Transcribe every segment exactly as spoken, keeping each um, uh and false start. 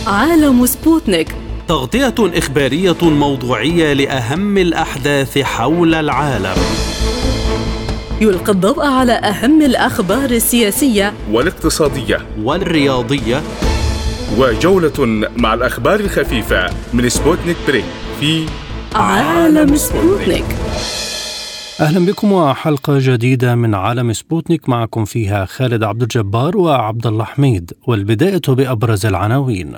عالم سبوتنيك، تغطية إخبارية موضوعية لأهم الأحداث حول العالم. يلقي الضوء على أهم الأخبار السياسية والاقتصادية والرياضية، وجولة مع الأخبار الخفيفة من سبوتنيك بريك في عالم سبوتنيك. أهلا بكم وحلقة جديدة من عالم سبوتنيك، معكم فيها خالد عبد الجبار وعبد الله حميد. والبداية بأبرز العناوين.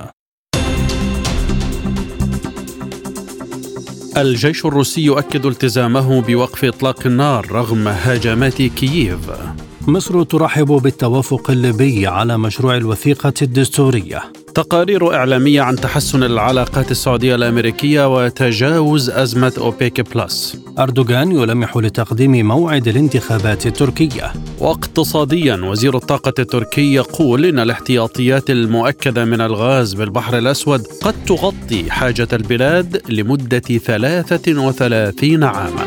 الجيش الروسي يؤكد التزامه بوقف إطلاق النار رغم هجمات كييف. مصر ترحب بالتوافق الليبي على مشروع الوثيقة الدستورية. تقارير إعلامية عن تحسن العلاقات السعودية الأمريكية وتجاوز أزمة أوبيك بلس. أردوغان يلمح لتقديم موعد الانتخابات التركية. واقتصاديا، وزير الطاقة التركي يقول إن الاحتياطيات المؤكدة من الغاز بالبحر الأسود قد تغطي حاجة البلاد لمدة ثلاثة وثلاثين عاما.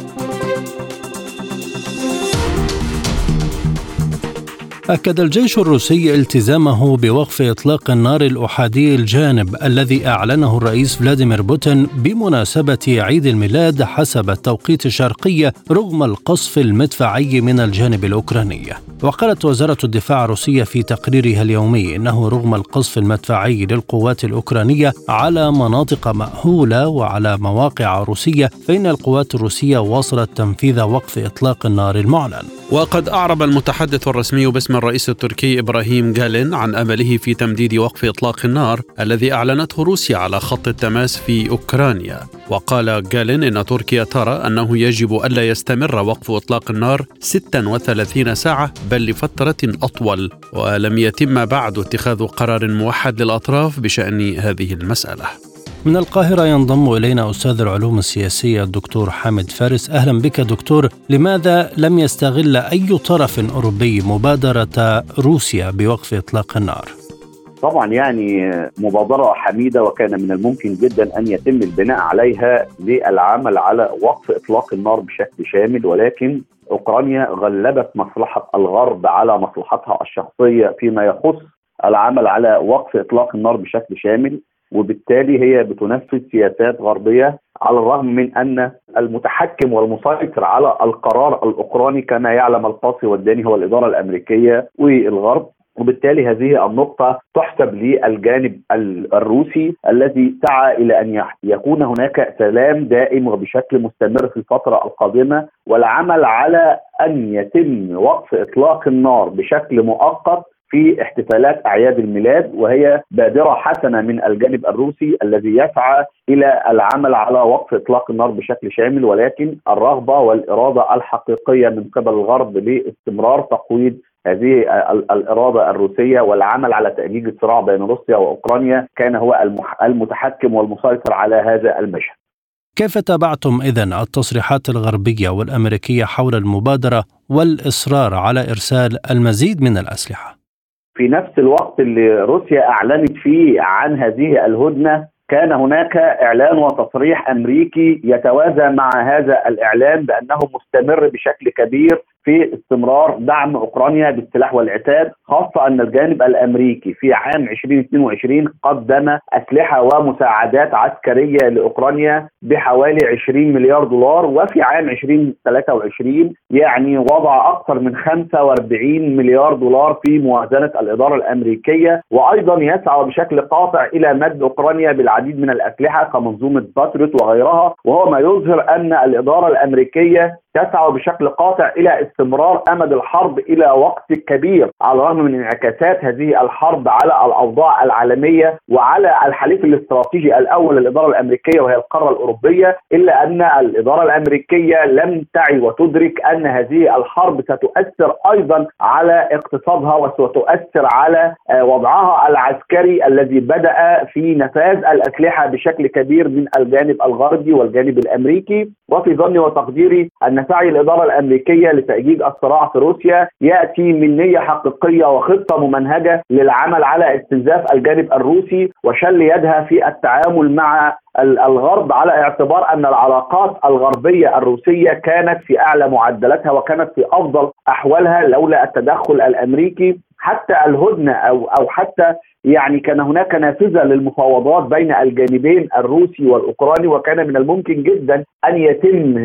أكد الجيش الروسي التزامه بوقف إطلاق النار الأحادي الجانب الذي أعلنه الرئيس فلاديمير بوتين بمناسبة عيد الميلاد حسب التوقيت الشرقي رغم القصف المدفعي من الجانب الأوكراني. وقالت وزارة الدفاع الروسية في تقريرها اليومي إنه رغم القصف المدفعي للقوات الأوكرانية على مناطق مأهولة وعلى مواقع روسية، فإن القوات الروسية واصلت تنفيذ وقف إطلاق النار المعلن. وقد أعرب المتحدث الرسمي باسم الرئيس التركي إبراهيم غالين عن أمله في تمديد وقف إطلاق النار الذي أعلنته روسيا على خط التماس في أوكرانيا. وقال غالين إن تركيا ترى أنه يجب ألا يستمر وقف إطلاق النار ستة وثلاثين ساعة بل لفترة أطول، ولم يتم بعد اتخاذ قرار موحد للأطراف بشأن هذه المسألة. من القاهرة ينضم إلينا أستاذ العلوم السياسية الدكتور حامد فارس. أهلا بك دكتور. لماذا لم يستغل أي طرف أوروبي مبادرة روسيا بوقف إطلاق النار؟ طبعا يعني مبادرة حميدة، وكان من الممكن جدا أن يتم البناء عليها للعمل على وقف إطلاق النار بشكل شامل، ولكن أوكرانيا غلبت مصلحة الغرب على مصلحتها الشخصية فيما يخص العمل على وقف إطلاق النار بشكل شامل، وبالتالي هي بتنفذ سياسات غربية على الرغم من أن المتحكم والمسيطر على القرار الأوكراني كما يعلم القاصي والداني هو الإدارة الأمريكية والغرب. وبالتالي هذه النقطة تحسب للجانب الروسي الذي سعى إلى أن يكون هناك سلام دائم وبشكل مستمر في الفترة القادمة، والعمل على أن يتم وقف إطلاق النار بشكل مؤقت في احتفالات أعياد الميلاد، وهي بادرة حسنة من الجانب الروسي الذي يسعى إلى العمل على وقف إطلاق النار بشكل شامل، ولكن الرغبة والإرادة الحقيقية من قبل الغرب لاستمرار تقويض هذه الإرادة الروسية والعمل على تأجيج الصراع بين روسيا وأوكرانيا كان هو المتحكم والمسيطر على هذا المشهد. كيف تابعتم إذن التصريحات الغربية والأمريكية حول المبادرة والإصرار على إرسال المزيد من الأسلحة؟ في نفس الوقت اللي روسيا أعلنت فيه عن هذه الهدنة كان هناك إعلان وتصريح أمريكي يتوازى مع هذا الإعلان بأنه مستمر بشكل كبير في استمرار دعم أوكرانيا بالسلاح والعتاد، خاصة أن الجانب الأمريكي في عام ألفين واثنين وعشرين قدم أسلحة ومساعدات عسكرية لأوكرانيا بحوالي عشرين مليار دولار، وفي عام ألفين وثلاثة وعشرين يعني وضع أكثر من خمسة وأربعين مليار دولار في موازنة الإدارة الأمريكية، وأيضا يسعى بشكل قاطع إلى مد أوكرانيا بالعديد من الأسلحة كمنظومة باتريوت وغيرها، وهو ما يظهر أن الإدارة الأمريكية تسعى بشكل قاطع إلى استمرار أمد الحرب إلى وقت كبير، على الرغم من انعكاسات هذه الحرب على الأوضاع العالمية وعلى الحليف الاستراتيجي الأول للإدارة الأمريكية وهي القارة الأوروبية، إلا أن الإدارة الأمريكية لم تعي وتدرك أن هذه الحرب ستؤثر أيضا على اقتصادها وستؤثر على وضعها العسكري الذي بدأ في نفاذ الأسلحة بشكل كبير من الجانب الغربي والجانب الأمريكي. وفي ظني وتقديري أن سعي الإدارة الأمريكية لتأجيج الصراع في روسيا يأتي من نية حقيقية وخطة ممنهجة للعمل على استنزاف الجانب الروسي وشل يدها في التعامل مع الغرب، على اعتبار أن العلاقات الغربية الروسية كانت في أعلى معدلاتها وكانت في أفضل أحوالها لولا التدخل الأمريكي. حتى الهدنة أو أو حتى يعني كان هناك نافذة للمفاوضات بين الجانبين الروسي والأوكراني، وكان من الممكن جدا أن يتم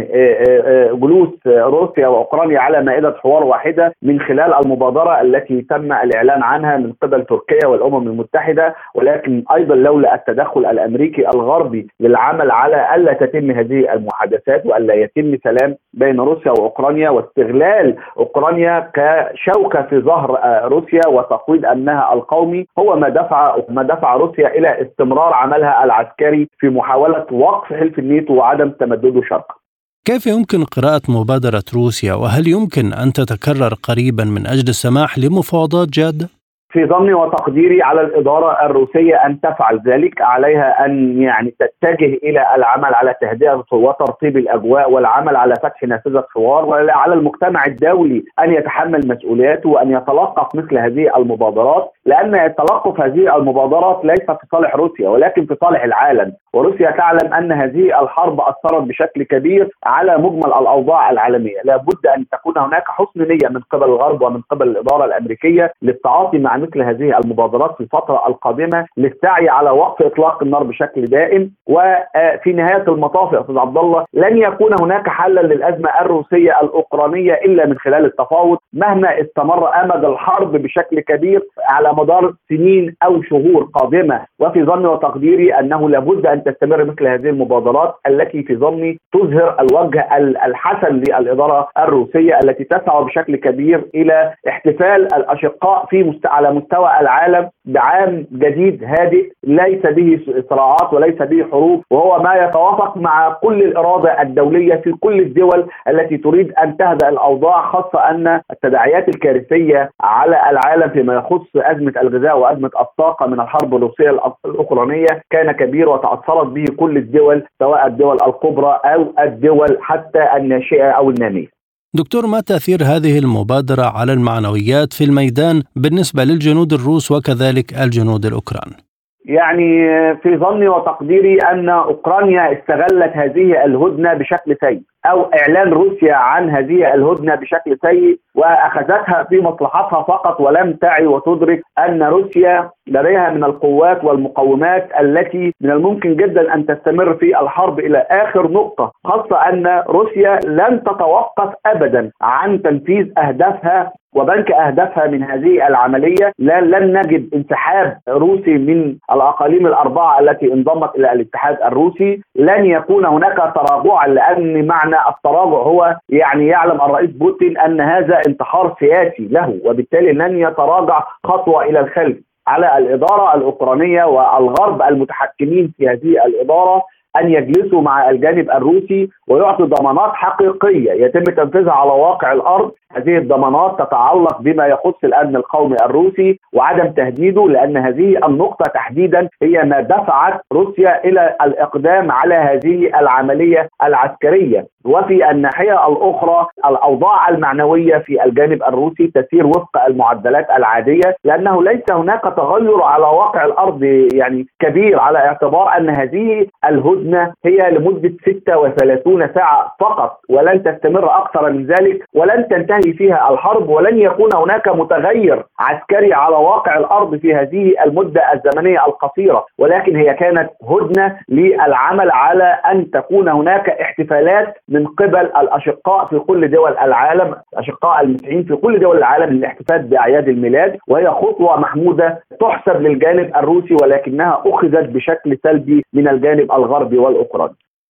جلوس روسيا وأوكرانيا على مائدة حوار واحدة من خلال المبادرة التي تم الإعلان عنها من قبل تركيا والأمم المتحدة. ولكن أيضا لولا التدخل الأمريكي الغربي للعمل على ألا تتم هذه المحادثات وألا يتم سلام بين روسيا وأوكرانيا، واستغلال أوكرانيا كشوكة في ظهر روسيا وتقويض أمنها القومي، هو ما دفع ما دفع روسيا إلى استمرار عملها العسكري في محاولة وقف حلف الناتو وعدم تمدده شرقا. كيف يمكن قراءة مبادرة روسيا، وهل يمكن أن تتكرر قريبا من أجل السماح لمفاوضات جادة؟ في ظني وتقديري على الإدارة الروسية أن تفعل ذلك. عليها أن يعني تتجه إلى العمل على تهدئة وترطيب الأجواء والعمل على فتح نافذة حوار، وعلى المجتمع الدولي أن يتحمل مسؤولياته وأن يتلقف مثل هذه المبادرات، لأن تلقف هذه المبادرات ليس في صالح روسيا ولكن في صالح العالم. وروسيا تعلم أن هذه الحرب أثرت بشكل كبير على مجمل الأوضاع العالمية. لابد أن تكون هناك حسن نية من قبل الغرب ومن قبل الإدارة الأمريكية للتعاطي مع مثل هذه المبادرات في الفترة القادمة، للسعي على وقف إطلاق النار بشكل دائم. وفي نهاية المطاف يا أستاذ عبد الله، لن يكون هناك حلا للأزمة الروسية الأوكرانية إلا من خلال التفاوض، مهما استمر أمد الحرب بشكل كبير على مدار سنين أو شهور قادمة. وفي ظني وتقديري أنه لابد أن تستمر مثل هذه المبادرات التي في ظني تظهر الوجه الحسن للإدارة الروسية التي تسعى بشكل كبير إلى احتفال الأشقاء في مست... على مستوى العالم بعام جديد هادئ ليس به صراعات وليس به حروب، وهو ما يتوافق مع كل الإرادة الدولية في كل الدول التي تريد أن تهدأ الأوضاع، خاصة أن التداعيات الكارثية على العالم فيما يخص أزمة الغذاء وأزمة الطاقة من الحرب الروسية الأوكرانية كان كبير وتأثرت به كل الدول، سواء الدول الكبرى أو الدول حتى الناشئة أو النامية. دكتور، ما تأثير هذه المبادرة على المعنويات في الميدان بالنسبة للجنود الروس وكذلك الجنود الأوكران؟ يعني في ظني وتقديري أن أوكرانيا استغلت هذه الهدنة بشكل سيء، أو إعلان روسيا عن هذه الهدنة بشكل سيء، وأخذتها في مصلحتها فقط ولم تعي وتدرك أن روسيا لديها من القوات والمقومات التي من الممكن جدا أن تستمر في الحرب إلى آخر نقطة، خاصة أن روسيا لن تتوقف أبدا عن تنفيذ أهدافها وبنك أهدافها من هذه العملية. لن نجد انسحاب روسي من الأقاليم الأربعة التي انضمت إلى الاتحاد الروسي، لن يكون هناك تراجع، لأن معنى التراجع هو يعني يعلم الرئيس بوتين أن هذا انتحار سياسي له، وبالتالي لن يتراجع خطوة إلى الخلف. على الإدارة الأوكرانية والغرب المتحكمين في هذه الإدارة أن يجلسوا مع الجانب الروسي ويعطوا ضمانات حقيقية يتم تنفيذها على واقع الأرض. هذه الضمانات تتعلق بما يخص الأمن القومي الروسي وعدم تهديده، لأن هذه النقطة تحديدا هي ما دفعت روسيا إلى الإقدام على هذه العملية العسكرية. وفي الناحية الأخرى الأوضاع المعنوية في الجانب الروسي تسير وفق المعدلات العادية، لأنه ليس هناك تغير على واقع الأرض يعني كبير، على اعتبار أن هذه الهدنة هي لمدة ستة وثلاثين ساعة فقط ولن تستمر أكثر من ذلك، ولن تنتهي فيها الحرب، ولن يكون هناك متغير عسكري على واقع الأرض في هذه المدة الزمنية القصيرة، ولكن هي كانت هدنة للعمل على أن تكون هناك احتفالات من قبل الأشقاء في كل دول العالم، الأشقاء المسيحيين في كل دول العالم للاحتفال بأعياد الميلاد، وهي خطوة محمودة تحسب للجانب الروسي، ولكنها أخذت بشكل سلبي من الجانب الغربي والأوكراني.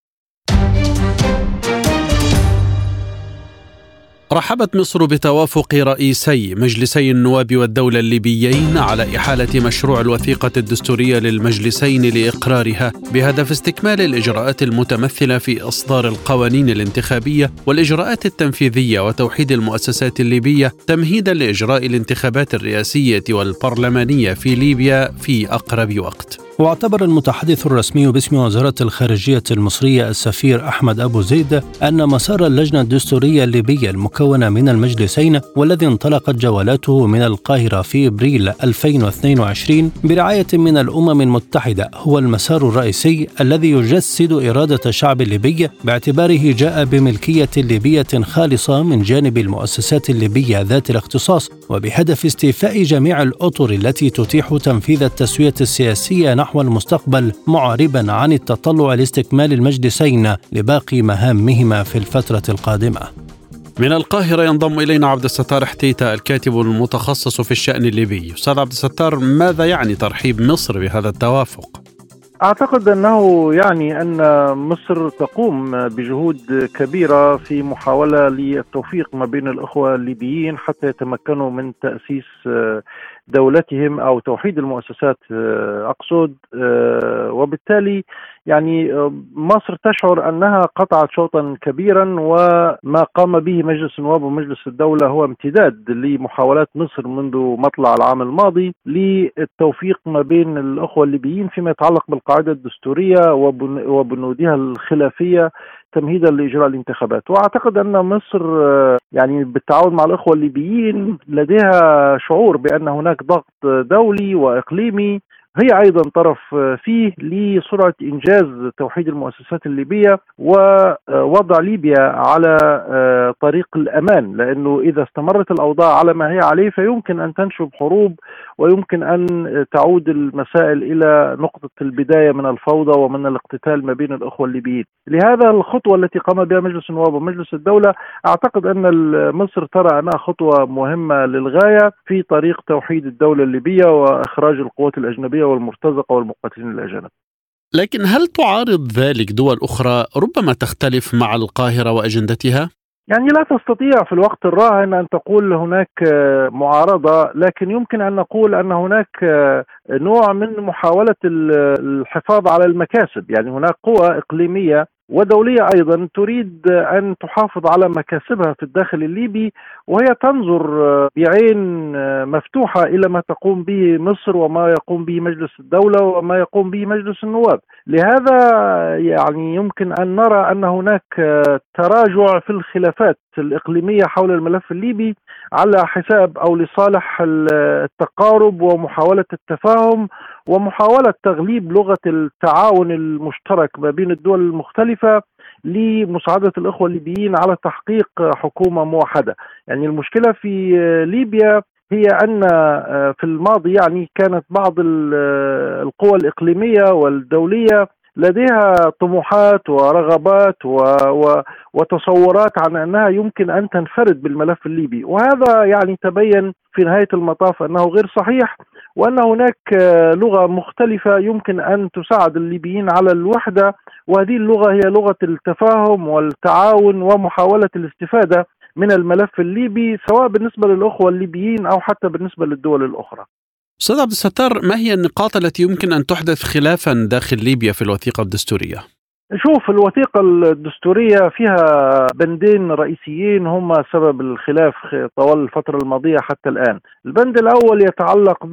رحبت مصر بتوافق رئيسي مجلسي النواب والدولة الليبيين على إحالة مشروع الوثيقة الدستورية للمجلسين لإقرارها بهدف استكمال الإجراءات المتمثلة في إصدار القوانين الانتخابية والإجراءات التنفيذية وتوحيد المؤسسات الليبية تمهيدا لإجراء الانتخابات الرئاسية والبرلمانية في ليبيا في أقرب وقت. واعتبر المتحدث الرسمي باسم وزارة الخارجية المصرية السفير أحمد أبو زيد أن مسار اللجنة الدستورية الليبية المكونة من المجلسين والذي انطلقت جولاته من القاهرة في إبريل ألفين واثنين وعشرين برعاية من الأمم المتحدة هو المسار الرئيسي الذي يجسد إرادة الشعب الليبي، باعتباره جاء بملكية ليبية خالصة من جانب المؤسسات الليبية ذات الاختصاص، وبهدف استيفاء جميع الأطر التي تتيح تنفيذ التسوية السياسية نحو المستقبل، معربا عن التطلع لاستكمال المجلسين لباقي مهامهما في الفترة القادمة. من القاهرة ينضم إلينا عبد الستار حتيتة الكاتب المتخصص في الشأن الليبي. أستاذ عبد الستار، ماذا يعني ترحيب مصر بهذا التوافق؟ أعتقد أنه يعني أن مصر تقوم بجهود كبيرة في محاولة للتوفيق ما بين الأخوة الليبيين حتى يتمكنوا من تأسيس دولتهم أو توحيد المؤسسات أقصد، وبالتالي يعني مصر تشعر أنها قطعت شوطا كبيرا، وما قام به مجلس النواب ومجلس الدولة هو امتداد لمحاولات مصر منذ مطلع العام الماضي للتوفيق ما بين الأخوة الليبيين فيما يتعلق بالقاعدة الدستورية وبنودها الخلافية تمهيدا لإجراء الانتخابات. وأعتقد أن مصر يعني بالتعاون مع الأخوة الليبيين لديها شعور بأن هناك ضغط دولي وإقليمي هي أيضا طرف فيه لسرعة إنجاز توحيد المؤسسات الليبية ووضع ليبيا على طريق الأمان، لأنه إذا استمرت الأوضاع على ما هي عليه فيمكن أن تنشب حروب ويمكن أن تعود المسائل إلى نقطة البداية من الفوضى ومن الاقتتال ما بين الأخوة الليبيين. لهذا الخطوة التي قام بها مجلس النواب ومجلس الدولة أعتقد أن مصر ترى أنها خطوة مهمة للغاية في طريق توحيد الدولة الليبية وإخراج القوات الأجنبية والمرتزقة والمقاتلين الأجانب. لكن هل تعارض ذلك دول أخرى ربما تختلف مع القاهرة وأجندتها؟ يعني لا تستطيع في الوقت الراهن أن تقول هناك معارضة، لكن يمكن أن نقول أن هناك نوع من محاولة الحفاظ على المكاسب. يعني هناك قوى إقليمية ودولية أيضا تريد أن تحافظ على مكاسبها في الداخل الليبي، وهي تنظر بعين مفتوحة إلى ما تقوم به مصر وما يقوم به مجلس الدولة وما يقوم به مجلس النواب. لهذا يعني يمكن أن نرى أن هناك تراجع في الخلافات الإقليمية حول الملف الليبي على حساب أو لصالح التقارب ومحاولة التفاهم ومحاولة تغليب لغة التعاون المشترك ما بين الدول المختلفة لمساعدة الأخوة الليبيين على تحقيق حكومة موحدة. يعني المشكلة في ليبيا هي أن في الماضي يعني كانت بعض القوى الإقليمية والدولية لديها طموحات ورغبات و... و... وتصورات عن أنها يمكن أن تنفرد بالملف الليبي، وهذا يعني تبين في نهاية المطاف أنه غير صحيح، وأن هناك لغة مختلفة يمكن أن تساعد الليبيين على الوحدة، وهذه اللغة هي لغة التفاهم والتعاون ومحاولة الاستفادة من الملف الليبي سواء بالنسبة للأخوة الليبيين أو حتى بالنسبة للدول الأخرى. أستاذ عبد الستار، ما هي النقاط التي يمكن أن تحدث خلافا داخل ليبيا في الوثيقة الدستورية؟ شوف، الوثيقة الدستورية فيها بندين رئيسيين هم سبب الخلاف طوال الفترة الماضية حتى الآن. البند الأول يتعلق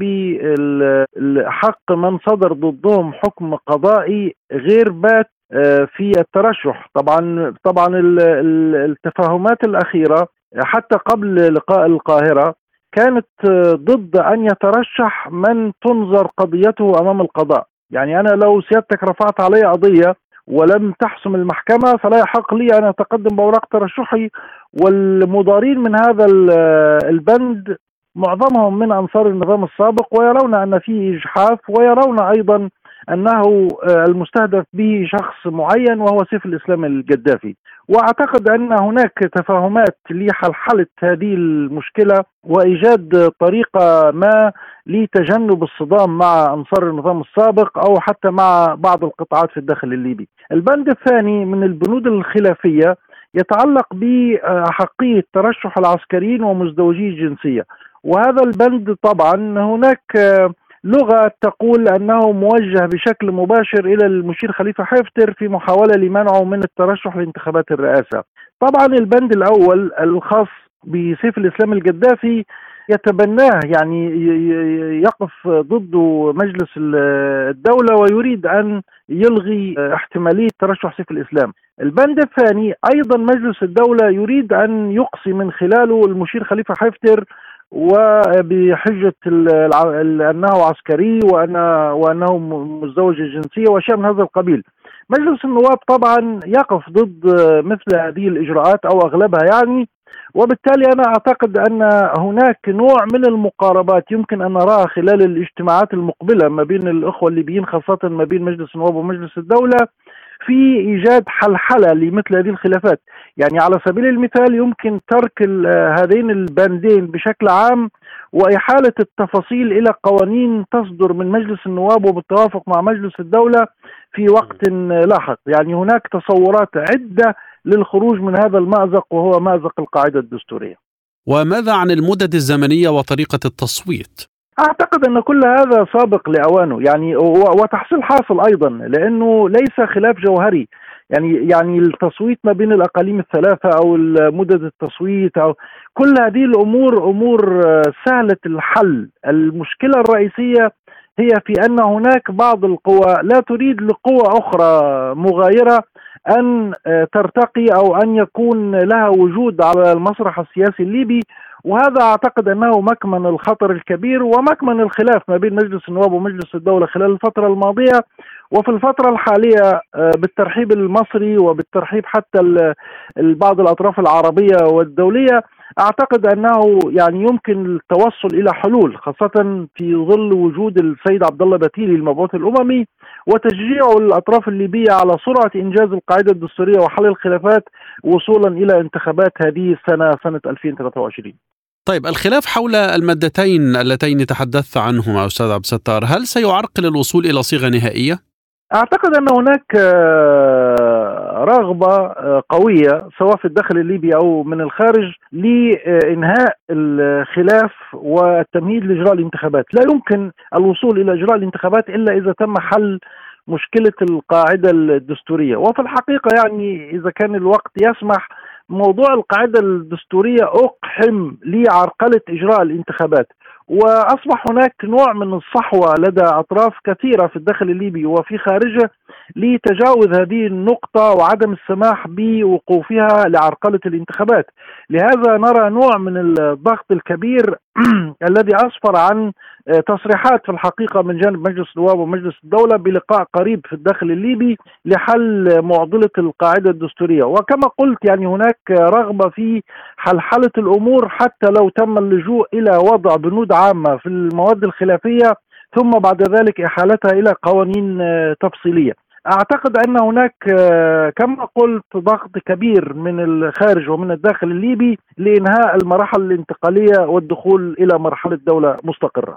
بحق من صدر ضدهم حكم قضائي غير بات في الترشح. طبعا طبعا التفاهمات الأخيرة حتى قبل لقاء القاهرة كانت ضد أن يترشح من تنظر قضيته أمام القضاء. يعني أنا لو سيادتك رفعت علي قضية ولم تحسم المحكمة فلا يحق لي أن أتقدم بأوراق ترشحي، والمضارين من هذا البند معظمهم من أنصار النظام السابق ويرون أن فيه إجحاف، ويرون أيضا أنه المستهدف به شخص معين وهو سيف الإسلام القذافي. وأعتقد أن هناك تفاهمات لحلحلة هذه المشكلة وإيجاد طريقة ما لتجنب الصدام مع أنصار النظام السابق أو حتى مع بعض القطاعات في الداخل الليبي. البند الثاني من البنود الخلافية يتعلق بحقية ترشح العسكريين ومزدوجي الجنسية، وهذا البند طبعا هناك لغة تقول أنه موجه بشكل مباشر إلى المشير خليفة حفتر في محاولة لمنعه من الترشح لانتخابات الرئاسة. طبعا البند الأول الخاص بسيف الإسلام القذافي يتبناه، يعني يقف ضد مجلس الدولة ويريد أن يلغي احتمالية ترشح سيف الإسلام. البند الثاني أيضا مجلس الدولة يريد أن يقصي من خلاله المشير خليفة حفتر وبحجة أنه عسكري وأنه متزوج الجنسية وشيء من هذا القبيل. مجلس النواب طبعا يقف ضد مثل هذه الإجراءات أو أغلبها يعني، وبالتالي أنا أعتقد أن هناك نوع من المقاربات يمكن أن نراها خلال الاجتماعات المقبلة ما بين الأخوة الليبيين، خاصة ما بين مجلس النواب ومجلس الدولة، في إيجاد حلحلة لمثل هذه الخلافات. يعني على سبيل المثال يمكن ترك هذين البندين بشكل عام وإحالة التفاصيل إلى قوانين تصدر من مجلس النواب وبالتوافق مع مجلس الدولة في وقت لاحق. يعني هناك تصورات عدة للخروج من هذا المأزق وهو مأزق القاعدة الدستورية. وماذا عن المدد الزمنية وطريقة التصويت؟ أعتقد أن كل هذا سابق لأوانه، يعني وتحصيل حاصل أيضا، لأنه ليس خلاف جوهري. يعني يعني التصويت ما بين الأقاليم الثلاثة أو مدد التصويت أو كل هذه الأمور أمور سهلة الحل. المشكلة الرئيسية هي في أن هناك بعض القوى لا تريد لقوى أخرى مغايرة أن ترتقي أو أن يكون لها وجود على المسرح السياسي الليبي، وهذا أعتقد أنه مكمن الخطر الكبير ومكمن الخلاف ما بين مجلس النواب ومجلس الدولة خلال الفترة الماضية وفي الفترة الحالية بالترحيب المصري وبالترحيب حتى بعض الأطراف العربية والدولية. أعتقد أنه يعني يمكن التوصل إلى حلول، خاصة في ظل وجود السيد عبد الله بتيلي المبعوث الأممي وتشجيع الأطراف الليبية على سرعة إنجاز القاعدة الدستورية وحل الخلافات وصولا إلى انتخابات هذه السنة سنة ألفين وثلاثة وعشرين. طيب، الخلاف حول المادتين اللتين تحدثت عنهما أستاذ عبد الستار هل سيعرقل الوصول إلى صيغة نهائية؟ أعتقد أن هناك رغبة قوية سواء في الداخل الليبي أو من الخارج لإنهاء الخلاف والتمهيد لإجراء الانتخابات. لا يمكن الوصول إلى إجراء الانتخابات إلا إذا تم حل مشكلة القاعدة الدستورية. وفي الحقيقة يعني إذا كان الوقت يسمح، موضوع القاعدة الدستورية أقحم لعرقلة إجراء الانتخابات، وأصبح هناك نوع من الصحوة لدى أطراف كثيرة في الداخل الليبي وفي خارجه لتجاوز هذه النقطة وعدم السماح بوقوفها لعرقلة الانتخابات. لهذا نرى نوع من الضغط الكبير الذي أسفر عن تصريحات في الحقيقة من جانب مجلس النواب ومجلس الدولة بلقاء قريب في الداخل الليبي لحل معضلة القاعدة الدستورية. وكما قلت يعني هناك رغبة في حلحلة الأمور حتى لو تم اللجوء إلى وضع بنود عامة في المواد الخلافية ثم بعد ذلك إحالتها إلى قوانين تفصيلية. أعتقد أن هناك كما قلت ضغط كبير من الخارج ومن الداخل الليبي لإنهاء المراحل الانتقالية والدخول إلى مرحلة دولة مستقرة.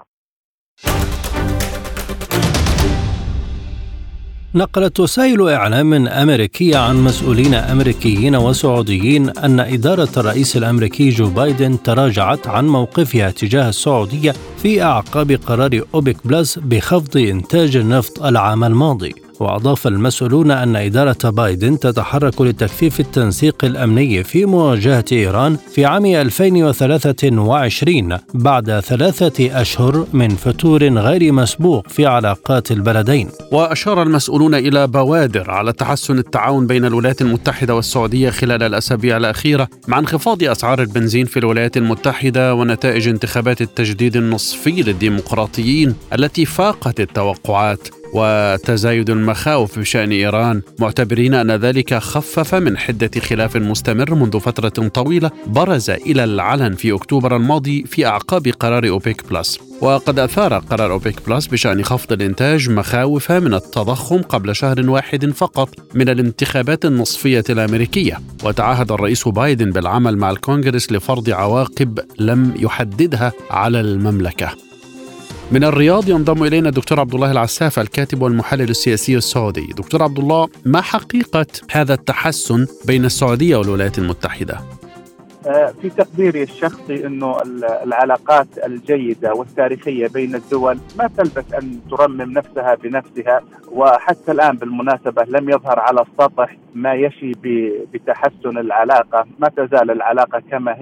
نقلت وسائل إعلام أمريكية عن مسؤولين أمريكيين وسعوديين أن إدارة الرئيس الأمريكي جو بايدن تراجعت عن موقفها تجاه السعودية في أعقاب قرار أوبك بلس بخفض إنتاج النفط العام الماضي. وأضاف المسؤولون أن إدارة بايدن تتحرك لتكثيف التنسيق الأمني في مواجهة إيران في عام ألفين وثلاثة وعشرين بعد ثلاثة أشهر من فتور غير مسبوق في علاقات البلدين. وأشار المسؤولون إلى بوادر على تحسن التعاون بين الولايات المتحدة والسعودية خلال الأسابيع الأخيرة مع انخفاض أسعار البنزين في الولايات المتحدة ونتائج انتخابات التجديد النصفي للديمقراطيين التي فاقت التوقعات وتزايد المخاوف بشأن إيران، معتبرين أن ذلك خفف من حدة خلاف مستمر منذ فترة طويلة برز إلى العلن في أكتوبر الماضي في أعقاب قرار أوبك بلس. وقد أثار قرار أوبك بلس بشأن خفض الإنتاج مخاوف من التضخم قبل شهر واحد فقط من الانتخابات النصفية الأمريكية. وتعهد الرئيس بايدن بالعمل مع الكونغرس لفرض عواقب لم يحددها على المملكة. من الرياض ينضم إلينا الدكتور عبد الله العساف الكاتب والمحلل السياسي السعودي. دكتور عبد الله، ما حقيقة هذا التحسن بين السعودية والولايات المتحدة؟ في تقديري الشخصي أنه العلاقات الجيدة والتاريخية بين الدول ما تلبث أن ترمم نفسها بنفسها، وحتى الآن بالمناسبة لم يظهر على السطح ما يشي بتحسن العلاقة. ما تزال العلاقة كما هي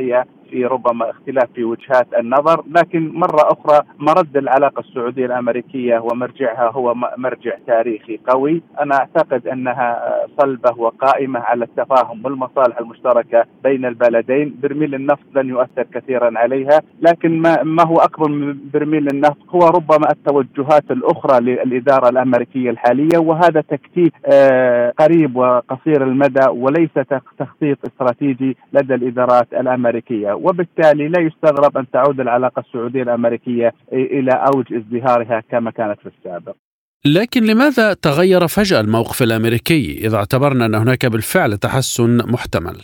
في ربما اختلاف في وجهات النظر، لكن مرة أخرى مرد العلاقة السعودية الأمريكية ومرجعها هو مرجع تاريخي قوي. أنا أعتقد أنها صلبة وقائمة على التفاهم والمصالح المشتركة بين البلدين. برميل النفط لن يؤثر كثيرا عليها، لكن ما, ما هو أكبر من برميل النفط هو ربما التوجهات الأخرى للإدارة الأمريكية الحالية، وهذا تكتيك آه قريب وقصير المدى وليس تخطيط استراتيجي لدى الإدارات الأمريكية، وبالتالي لا يستغرب أن تعود العلاقة السعودية الأمريكية إلى أوج ازدهارها كما كانت في السابق. لكن لماذا تغير فجأة الموقف الأمريكي إذا اعتبرنا أن هناك بالفعل تحسن محتمل؟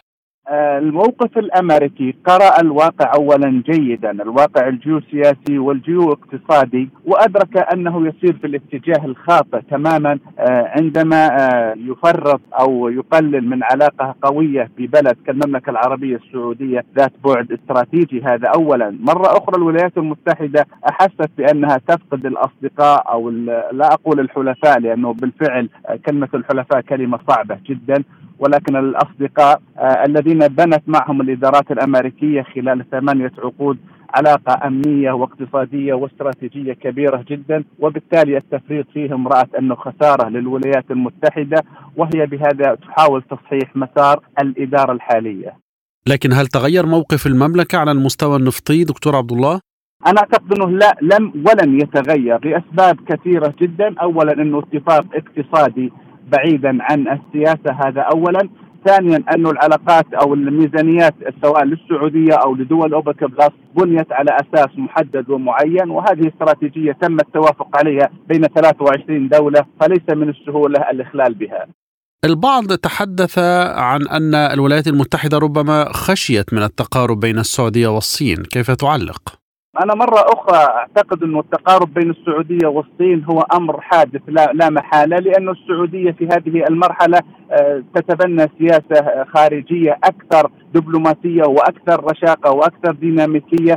الموقف الأمريكي قرأ الواقع أولا جيدا، الواقع الجيوسياسي والجيو اقتصادي، وأدرك أنه يسير في الاتجاه الخاطئ تماما عندما يفرط أو يقلل من علاقة قوية ببلد كالمملكة العربية السعودية ذات بعد استراتيجي. هذا أولا. مرة أخرى الولايات المتحدة أحست بأنها تفقد الأصدقاء أو لا أقول الحلفاء، لأنه بالفعل كلمة الحلفاء كلمة صعبة جدا، ولكن الأصدقاء آه الذين بنت معهم الإدارات الأمريكية خلال ثمانية عقود علاقة أمنية واقتصادية واستراتيجية كبيرة جدا، وبالتالي التفريط فيهم رأت أنه خسارة للولايات المتحدة، وهي بهذا تحاول تصحيح مسار الإدارة الحالية. لكن هل تغير موقف المملكة على المستوى النفطي دكتور عبد الله؟ أنا أعتقد أنه لا لم ولن يتغير لأسباب كثيرة جدا. أولا أنه اتفاق اقتصادي بعيدا عن السياسة، هذا أولا. ثانيا أنه العلاقات أو الميزانيات سواء للسعودية أو لدول أوبك بلس بنيت على أساس محدد ومعين، وهذه استراتيجية تم التوافق عليها بين ثلاث وعشرين دولة، فليس من السهولة الإخلال بها. البعض تحدث عن أن الولايات المتحدة ربما خشيت من التقارب بين السعودية والصين، كيف تعلق؟ أنا مرة أخرى أعتقد أن التقارب بين السعودية والصين هو أمر حادث لا, لا محالة، لأن السعودية في هذه المرحلة تتبنى سياسة خارجية أكثر دبلوماسية وأكثر رشاقة وأكثر ديناميكية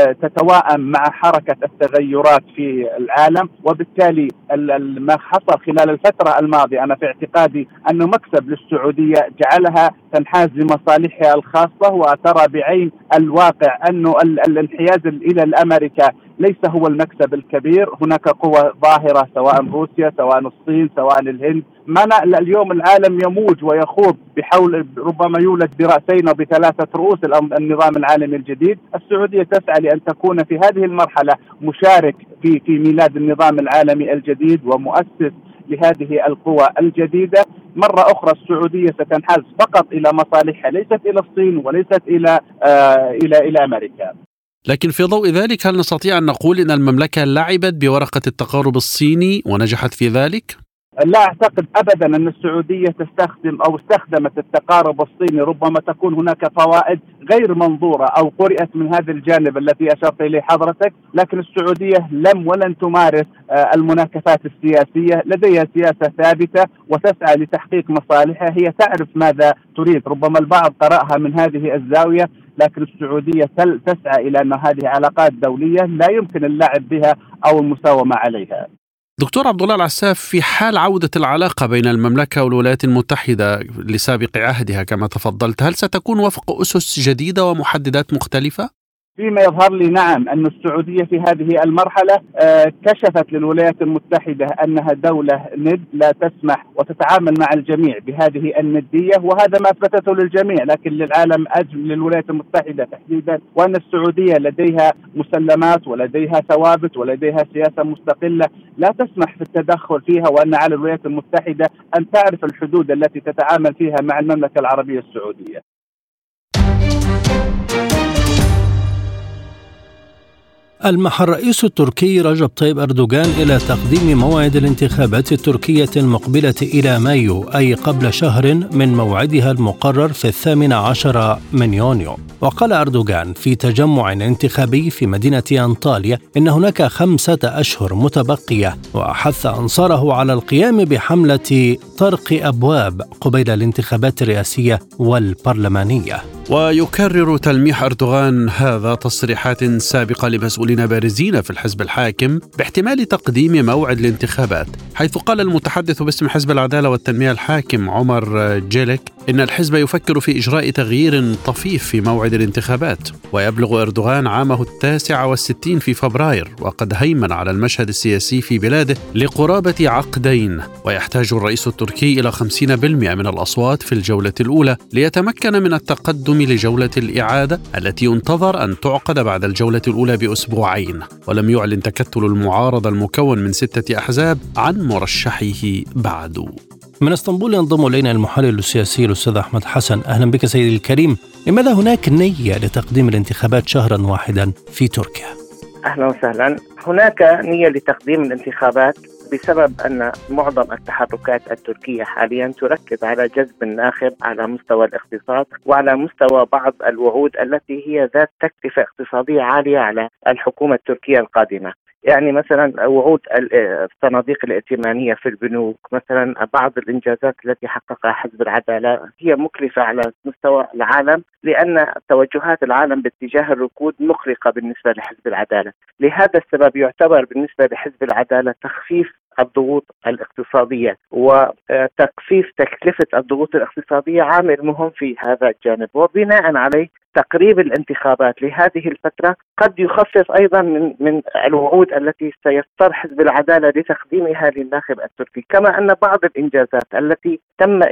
تتواءم مع حركة التغيرات في العالم، وبالتالي ما حصل خلال الفترة الماضية أنا في اعتقادي أنه مكسب للسعودية جعلها تنحاز لمصالحها الخاصة، وترى بعين الواقع أنه الانحياز إلى الأمريكا ليس هو المكسب الكبير. هناك قوى ظاهرة سواء روسيا سواء الصين سواء الهند. ما اليوم العالم يموج ويخوض بحول ربما يولد برأسين أو بثلاثة رؤوس النظام العالمي الجديد. السعودية تسعى لأن تكون في هذه المرحلة مشارك في في ميلاد النظام العالمي الجديد ومؤسس لهذه القوى الجديدة. مرة أخرى السعودية ستنحاز فقط إلى مصالحها، ليست إلى الصين وليست إلى آه إلى إلى أمريكا. لكن في ضوء ذلك هل نستطيع أن نقول أن المملكة لعبت بورقة التقارب الصيني ونجحت في ذلك؟ لا أعتقد أبدا أن السعودية تستخدم أو استخدمت التقارب الصيني. ربما تكون هناك فوائد غير منظورة أو قرئت من هذا الجانب الذي أشرت إليه حضرتك، لكن السعودية لم ولن تمارس المناكفات السياسية. لديها سياسة ثابتة وتسعى لتحقيق مصالحها، هي تعرف ماذا تريد. ربما البعض قرأها من هذه الزاوية، لكن السعودية تسعى إلى أن هذه علاقات دولية لا يمكن اللعب بها أو المساومة عليها. دكتور عبد الله العساف، في حال عودة العلاقة بين المملكة والولايات المتحدة لسابق عهدها كما تفضلت، هل ستكون وفق أسس جديدة ومحددات مختلفة؟ فيما يظهر لي نعم، أن السعودية في هذه المرحلة كشفت للولايات المتحدة أنها دولة ند لا تسمح وتتعامل مع الجميع بهذه الندية، وهذا ما أثبتته للجميع لكن للعالم أجل للولايات المتحدة تحديدا، وأن السعودية لديها مسلمات ولديها ثوابت ولديها سياسة مستقلة لا تسمح في التدخل فيها، وأن على الولايات المتحدة أن تعرف الحدود التي تتعامل فيها مع المملكة العربية السعودية. ألمح الرئيس التركي رجب طيب أردوغان إلى تقديم موعد الانتخابات التركية المقبلة إلى مايو، أي قبل شهر من موعدها المقرر في الثامن عشر من يونيو. وقال أردوغان في تجمع انتخابي في مدينة أنطاليا إن هناك خمسة أشهر متبقية، وحث أنصاره على القيام بحملة طرق أبواب قبيل الانتخابات الرئاسية والبرلمانية. ويكرر تلميح أردوغان هذا تصريحات سابقة لمسؤولين بارزين في الحزب الحاكم باحتمال تقديم موعد الانتخابات، حيث قال المتحدث باسم حزب العدالة والتنمية الحاكم عمر جيلك إن الحزب يفكر في إجراء تغيير طفيف في موعد الانتخابات، ويبلغ أردوغان عامه التاسع والستين في فبراير، وقد هيمن على المشهد السياسي في بلاده لقرابة عقدين، ويحتاج الرئيس التركي إلى خمسين بالمئة من الأصوات في الجولة الأولى ليتمكن من التقدم لجولة الإعادة التي ينتظر أن تعقد بعد الجولة الأولى بأسبوعين. ولم يعلن تكتل المعارضة المكون من ستة أحزاب عن مرشحه بعد. من اسطنبول ينضم إلينا المحلل السياسي الأستاذ أحمد حسن. أهلا بك سيدي الكريم. لماذا هناك نية لتقديم الانتخابات شهرا واحدا في تركيا؟ أهلا وسهلا. هناك نية لتقديم الانتخابات بسبب أن معظم التحركات التركية حاليا تركز على جذب الناخب على مستوى الاقتصاد وعلى مستوى بعض الوعود التي هي ذات تكلفة اقتصادية عالية على الحكومة التركية القادمة. يعني مثلا وعود الصناديق الائتمانية في البنوك، مثلا بعض الإنجازات التي حققها حزب العدالة هي مكلفة على مستوى العالم، لأن توجهات العالم باتجاه الركود مقلقة بالنسبة لحزب العدالة. لهذا السبب يعتبر بالنسبة لحزب العدالة تخفيف الضغوط الاقتصادية وتخفيف تكلفة الضغوط الاقتصادية عامل مهم في هذا الجانب، وبناء عليه تقريب الانتخابات لهذه الفترة قد يخفف أيضا من من الوعود التي سيضطر حزب العدالة لتقديمها للناخب التركي، كما أن بعض الإنجازات التي تم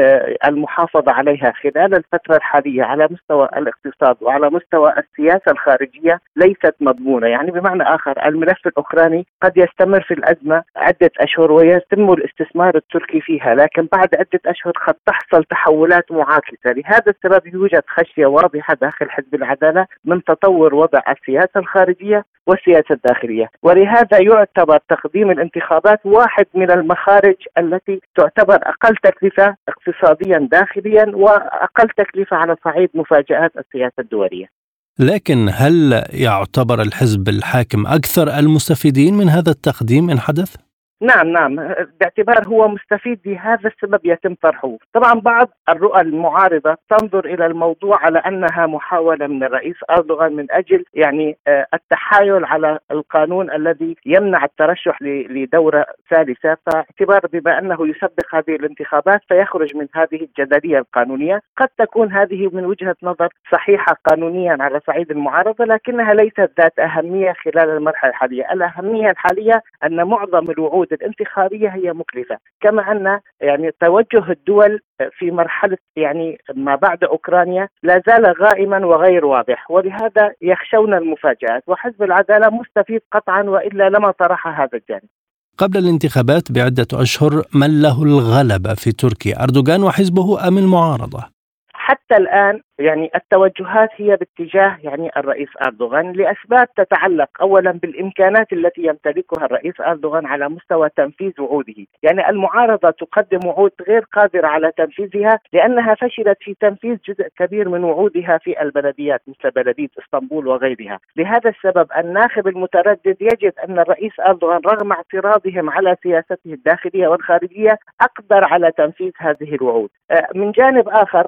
المحافظة عليها خلال الفترة الحالية على مستوى الاقتصاد وعلى مستوى السياسة الخارجية ليست مضمونة. يعني بمعنى آخر الملف الأوكراني قد يستمر في الأزمة عدة أشهر ويتم الاستثمار التركي فيها، لكن بعد عدة أشهر قد تحصل تحولات معاكسة. لهذا السبب يوجد خشية واضحة داخل حزب العدالة من تطور وضع السياسة الخارجية والسياسة الداخلية، ولهذا يعتبر تقديم الانتخابات واحد من المخارج التي تعتبر أقل تكلفة اقتصاديا داخليا وأقل تكلفة على صعيد مفاجآت السياسة الدولية. لكن هل يعتبر الحزب الحاكم أكثر المستفيدين من هذا التقديم إن حدث؟ نعم نعم باعتبار هو مستفيد لهذا السبب يتم طرحه. طبعا بعض الرؤى المعارضة تنظر إلى الموضوع على أنها محاولة من الرئيس أردوغان من أجل يعني التحايل على القانون الذي يمنع الترشح لدورة ثالثة، فاعتبار بما أنه يسبق هذه الانتخابات فيخرج من هذه الجدلية القانونية. قد تكون هذه من وجهة نظر صحيحة قانونيا على صعيد المعارضة، لكنها ليست ذات أهمية خلال المرحلة الحالية. الأهمية الحالية أن معظم الوعود الانتخابية هي مكلفة، كما أن يعني توجه الدول في مرحلة يعني ما بعد أوكرانيا لا زال غائما وغير واضح، ولهذا يخشون المفاجآت، وحزب العدالة مستفيد قطعا وإلا لما طرح هذا الجانب. قبل الانتخابات بعدة أشهر من له الغلبة في تركيا، أردوغان وحزبه أم المعارضة؟ حتى الآن يعني التوجهات هي باتجاه يعني الرئيس أردوغان لأسباب تتعلق أولا بالإمكانات التي يمتلكها الرئيس أردوغان على مستوى تنفيذ وعوده. يعني المعارضة تقدم وعود غير قادرة على تنفيذها لأنها فشلت في تنفيذ جزء كبير من وعودها في البلديات مثل بلدية اسطنبول وغيرها. لهذا السبب الناخب المتردد يجد أن الرئيس أردوغان رغم اعتراضهم على سياسته الداخلية والخارجية أقدر على تنفيذ هذه الوعود. من جانب آخر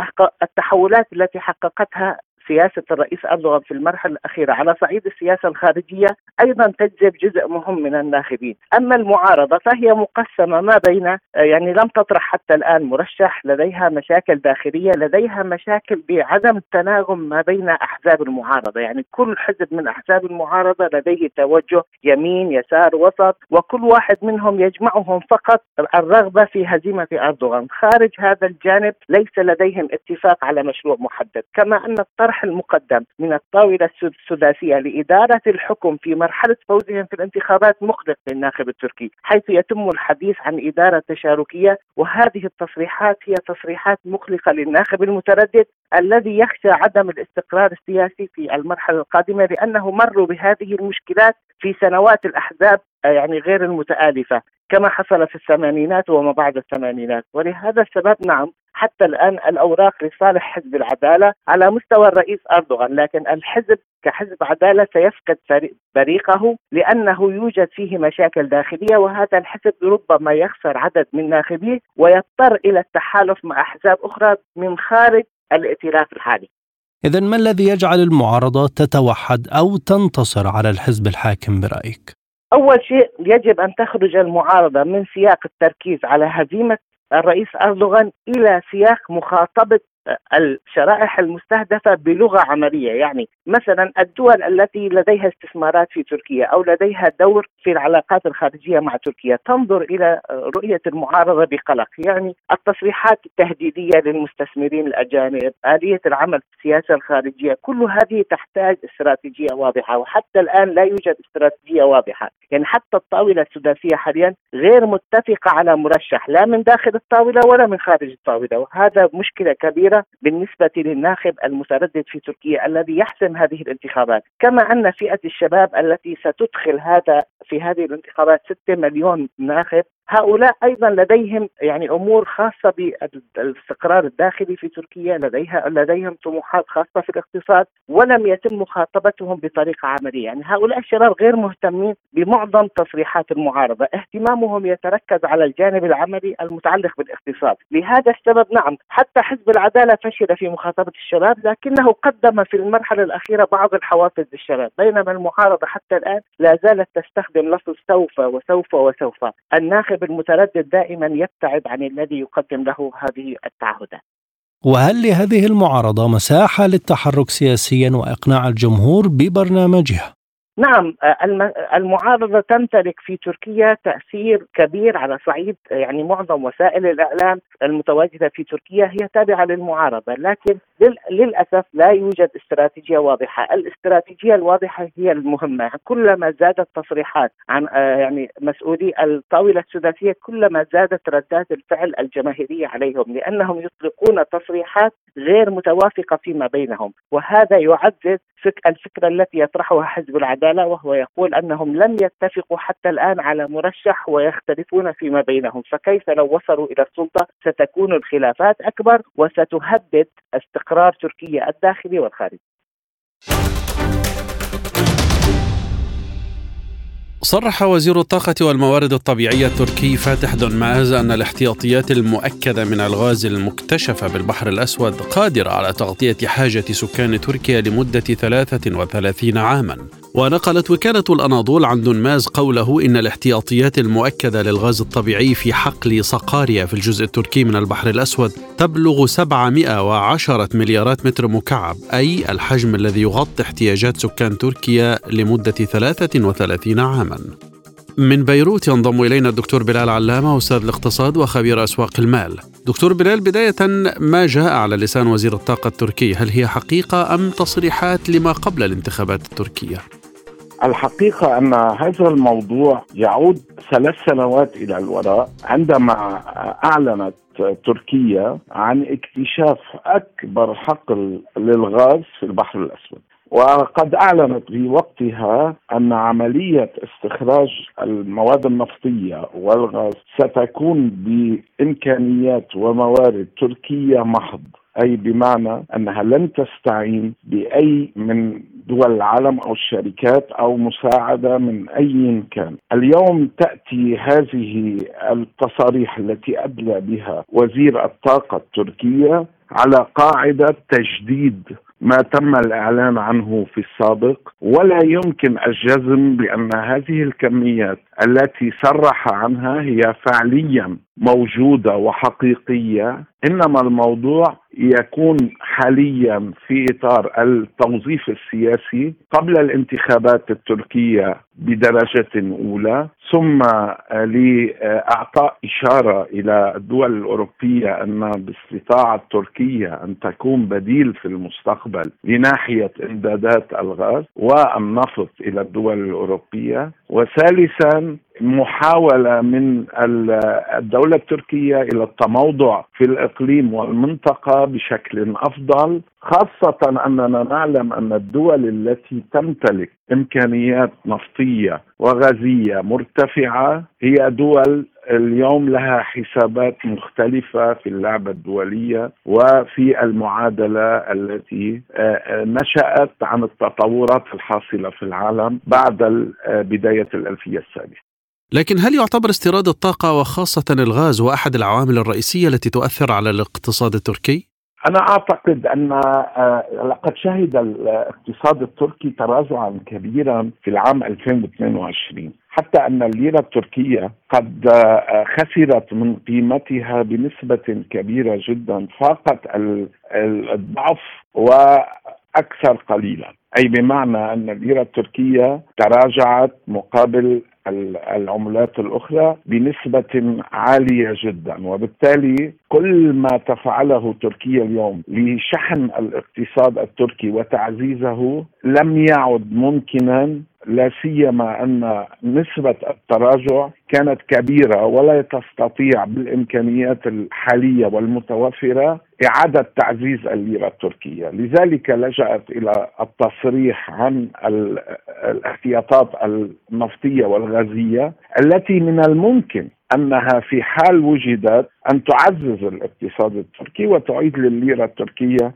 التحولات التي حققتها سياسة الرئيس أردوغان في المرحلة الأخيرة على صعيد السياسة الخارجية أيضا تجذب جزء مهم من الناخبين. أما المعارضة فهي مقسمة ما بين يعني لم تطرح حتى الآن مرشح، لديها مشاكل داخلية، لديها مشاكل بعدم التناغم ما بين أحزاب المعارضة. يعني كل حزب من أحزاب المعارضة لديه توجه يمين يسار وسط، وكل واحد منهم يجمعهم فقط الرغبة في هزيمة أردوغان. خارج هذا الجانب ليس لديهم اتفاق على مشروع محدد، كما أن الطرح المقدم من الطاولة السداسية لإدارة الحكم في مرحلة فوزهم في الانتخابات مقلق للناخب التركي، حيث يتم الحديث عن إدارة تشاركية، وهذه التصريحات هي تصريحات مقلقة للناخب المتردد الذي يخشى عدم الاستقرار السياسي في المرحلة القادمة، لأنه مروا بهذه المشكلات في سنوات الأحزاب يعني غير المتآلفة كما حصل في الثمانينات وما بعد الثمانينات. ولهذا السبب نعم حتى الآن الأوراق لصالح حزب العدالة على مستوى الرئيس أردوغان، لكن الحزب كحزب عدالة سيفقد بريقه لأنه يوجد فيه مشاكل داخلية، وهذا الحزب ربما يخسر عدد من ناخبيه ويضطر إلى التحالف مع أحزاب أخرى من خارج الائتلاف الحالي. إذن ما الذي يجعل المعارضة تتوحد أو تنتصر على الحزب الحاكم برأيك؟ أول شيء يجب أن تخرج المعارضة من سياق التركيز على هزيمة الرئيس أردوغان إلى سياق مخاطبة الشرائح المستهدفة بلغة عملية. يعني مثلا الدول التي لديها استثمارات في تركيا أو لديها دور في العلاقات الخارجية مع تركيا تنظر إلى رؤية المعارضة بقلق. يعني التصريحات التهديدية للمستثمرين الأجانب، آلية العمل في السياسة الخارجية، كل هذه تحتاج استراتيجية واضحة، وحتى الآن لا يوجد استراتيجية واضحة. يعني حتى الطاولة السداسية حاليا غير متفقة على مرشح لا من داخل الطاولة ولا من خارج الطاولة، وهذا مشكلة كبيرة بالنسبة للناخب المتردد في تركيا الذي يحسم هذه الانتخابات. كما أن فئة الشباب التي ستدخل هذا في هذه الانتخابات ستة مليون ناخب، هؤلاء أيضا لديهم يعني أمور خاصة بالاستقرار الداخلي في تركيا، لديها لديهم طموحات خاصة في الاقتصاد، ولم يتم مخاطبتهم بطريقة عملية. يعني هؤلاء الشباب غير مهتمين بمعظم تصريحات المعارضة، اهتمامهم يتركز على الجانب العملي المتعلق بالاقتصاد. لهذا السبب نعم حتى حزب العدالة فشل في مخاطبة الشباب، لكنه قدم في المرحلة الأخيرة بعض الحوافز للشباب، بينما المعارضة حتى الآن لا زالت تستخدم لفظ سوف وسوف وسوف. الناخب المتردد دائما يبتعد عن الذي يقدم له هذه التعهدات. وهل لهذه المعارضة مساحة للتحرك سياسيا وإقناع الجمهور ببرنامجها؟ نعم، المعارضة تمتلك في تركيا تأثير كبير على صعيد يعني معظم وسائل الإعلام المتواجدة في تركيا هي تابعة للمعارضة، لكن للأسف لا يوجد استراتيجية واضحة. الاستراتيجية الواضحة هي المهمة. كلما زادت تصريحات عن يعني مسؤولي الطاولة السداسية كلما زادت ردات الفعل الجماهيرية عليهم، لأنهم يطلقون تصريحات غير متوافقة فيما بينهم، وهذا يعزز الفكرة التي يطرحها حزب العدالة، وهو يقول أنهم لم يتفقوا حتى الآن على مرشح ويختلفون فيما بينهم، فكيف لو وصلوا إلى السلطة ستكون الخلافات أكبر وستهدد استقرار تركيا الداخلي والخارجي. صرح وزير الطاقة والموارد الطبيعية التركي فاتح دونماز أن الاحتياطيات المؤكدة من الغاز المكتشفة بالبحر الأسود قادرة على تغطية حاجة سكان تركيا لمدة ثلاثة وثلاثين عاما. ونقلت وكالة الأناضول عن دونماز قوله إن الاحتياطيات المؤكدة للغاز الطبيعي في حقل صقاريا في الجزء التركي من البحر الأسود تبلغ سبعمائة وعشرة مليارات متر مكعب، أي الحجم الذي يغطي احتياجات سكان تركيا لمدة ثلاثة وثلاثين عاما. من بيروت ينضم إلينا الدكتور بلال علامة، أستاذ الاقتصاد وخبير أسواق المال. دكتور بلال، بداية ما جاء على لسان وزير الطاقة التركي، هل هي حقيقة أم تصريحات لما قبل الانتخابات التركية؟ الحقيقة أن هذا الموضوع يعود ثلاث سنوات إلى الوراء، عندما أعلنت تركيا عن اكتشاف أكبر حقل للغاز في البحر الأسود، وقد أعلنت في وقتها أن عملية استخراج المواد النفطية والغاز ستكون بإمكانيات وموارد تركية محض، أي بمعنى أنها لن تستعين بأي من دول العالم أو الشركات أو مساعدة من أي كان. اليوم تأتي هذه التصاريح التي أدلى بها وزير الطاقة التركية على قاعدة تجديد ما تم الإعلان عنه في السابق، ولا يمكن الجزم بأن هذه الكميات التي صرح عنها هي فعليا موجودة وحقيقية، إنما الموضوع يكون حاليا في إطار التوظيف السياسي قبل الانتخابات التركية بدرجة أولى، ثم لإعطاء إشارة إلى الدول الأوروبية أن باستطاعة تركيا أن تكون بديل في المستقبل لناحية إمدادات الغاز والنفط إلى الدول الأوروبية. وثالثا محاولة من الدولة التركية إلى التموضع في الإقليم والمنطقة بشكل أفضل، خاصة أننا نعلم أن الدول التي تمتلك إمكانيات نفطية وغازية مرتفعة هي دول اليوم لها حسابات مختلفة في اللعبة الدولية وفي المعادلة التي نشأت عن التطورات الحاصلة في العالم بعد بداية الألفية السابقة. لكن هل يعتبر استيراد الطاقة وخاصة الغاز هو أحد العوامل الرئيسية التي تؤثر على الاقتصاد التركي؟ أنا أعتقد أن لقد شهد الاقتصاد التركي تراجعا كبيرا في العام ألفين واثنين وعشرين، حتى أن الليرة التركية قد خسرت من قيمتها بنسبة كبيرة جدا، فاقت الضعف وأكثر قليلا، أي بمعنى أن الليرة التركية تراجعت مقابل العملات الأخرى بنسبة عالية جدا. وبالتالي كل ما تفعله تركيا اليوم لشحن الاقتصاد التركي وتعزيزه لم يعد ممكنا، لا سيما أن نسبة التراجع كانت كبيرة ولا تستطيع بالإمكانيات الحالية والمتوفرة إعادة تعزيز الليرة التركية. لذلك لجأت إلى التصريح عن الاحتياطات النفطية والغازية التي من الممكن أنها في حال وجدت أن تعزز الاقتصاد التركي وتعيد للليرة التركية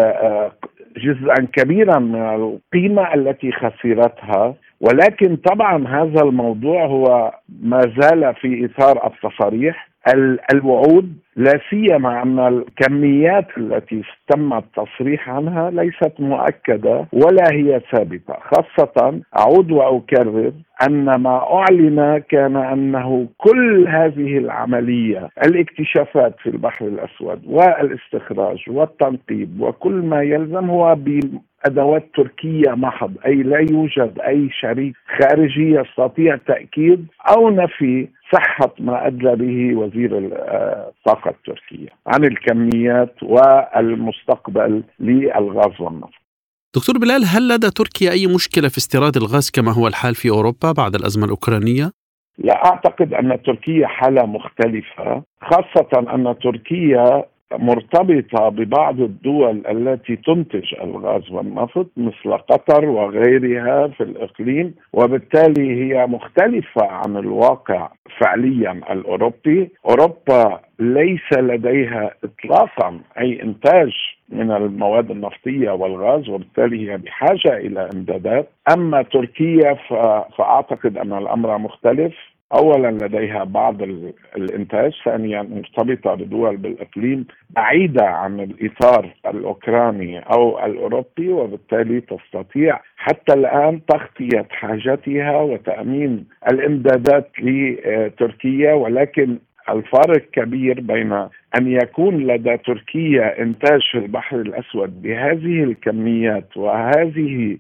جزءا كبيرا من القيمة التي خسرتها. ولكن طبعا هذا الموضوع هو ما زال في إطار التصاريح، الوعود، لا سيما أن الكميات التي تم التصريح عنها ليست مؤكدة ولا هي ثابتة، خاصة أعود وأكرر أن ما أعلن كان أنه كل هذه العملية، الاكتشافات في البحر الأسود والاستخراج والتنقيب وكل ما يلزم هو بأدوات تركية محض، أي لا يوجد أي شريك خارجي يستطيع تأكيد أو نفي صحة ما أدلى به وزير الطاقة التركية عن الكميات والمستقبل للغاز والنفط. دكتور بلال، هل لدى تركيا أي مشكلة في استيراد الغاز كما هو الحال في أوروبا بعد الأزمة الأوكرانية؟ لا أعتقد أن تركيا حالة مختلفة، خاصة أن تركيا مرتبطة ببعض الدول التي تنتج الغاز والنفط مثل قطر وغيرها في الإقليم، وبالتالي هي مختلفة عن الواقع فعليا الأوروبي. أوروبا ليس لديها إطلاقا أي إنتاج من المواد النفطية والغاز، وبالتالي هي بحاجة إلى إمدادات. أما تركيا فأعتقد أن الأمر مختلف، أولا لديها بعض الإنتاج، ثانيا مرتبطة بدول بالإقليم بعيدة عن الإطار الأوكراني أو الأوروبي، وبالتالي تستطيع حتى الآن تغطية حاجتها وتأمين الإمدادات لتركيا. ولكن الفارق كبير بين أن يكون لدى تركيا إنتاج في البحر الأسود بهذه الكميات وهذه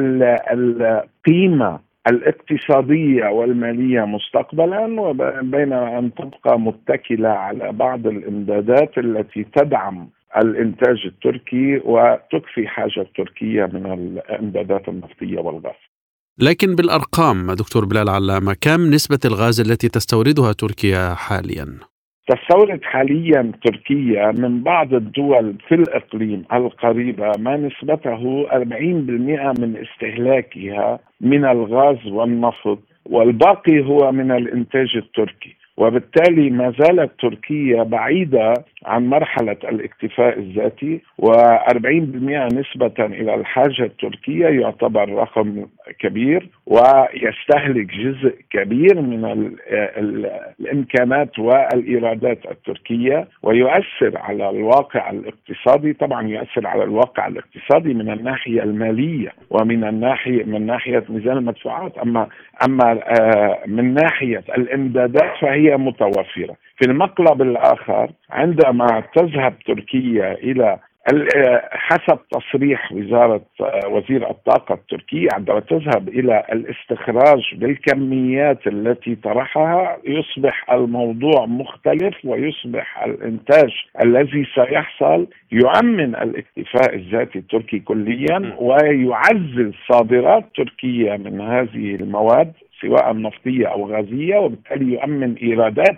القيمة الاقتصادية والمالية مستقبلا، وبين أن تبقى متكلة على بعض الإمدادات التي تدعم الإنتاج التركي وتكفي حاجة تركيا من الإمدادات النفطية والغاز. لكن بالأرقام دكتور بلال علامة، كم نسبة الغاز التي تستوردها تركيا حاليا؟ تستورد حاليا تركيا من بعض الدول في الإقليم القريبة ما نسبته أربعين بالمئة من استهلاكها من الغاز والنفط، والباقي هو من الإنتاج التركي. وبالتالي ما زالت تركيا بعيدة عن مرحلة الاكتفاء الذاتي، وأربعين بالمئة نسبة إلى الحاجة التركية يعتبر رقم كبير ويستهلك جزء كبير من ال ال الإمكانات والإيرادات التركية، ويؤثر على الواقع الاقتصادي. طبعا يؤثر على الواقع الاقتصادي من الناحية المالية ومن الناحية من ناحية ميزان المدفوعات، أما أما من ناحية الإمدادات فهي متوفرة. في المقلب الآخر عندما تذهب تركيا إلى حسب تصريح وزارة وزير الطاقة التركية، عندما تذهب إلى الاستخراج بالكميات التي طرحها يصبح الموضوع مختلف، ويصبح الإنتاج الذي سيحصل يؤمن الاكتفاء الذاتي التركي كليا، ويعزز صادرات تركيا من هذه المواد سواء نفطية أو غازية، وبالتالي يؤمن إيرادات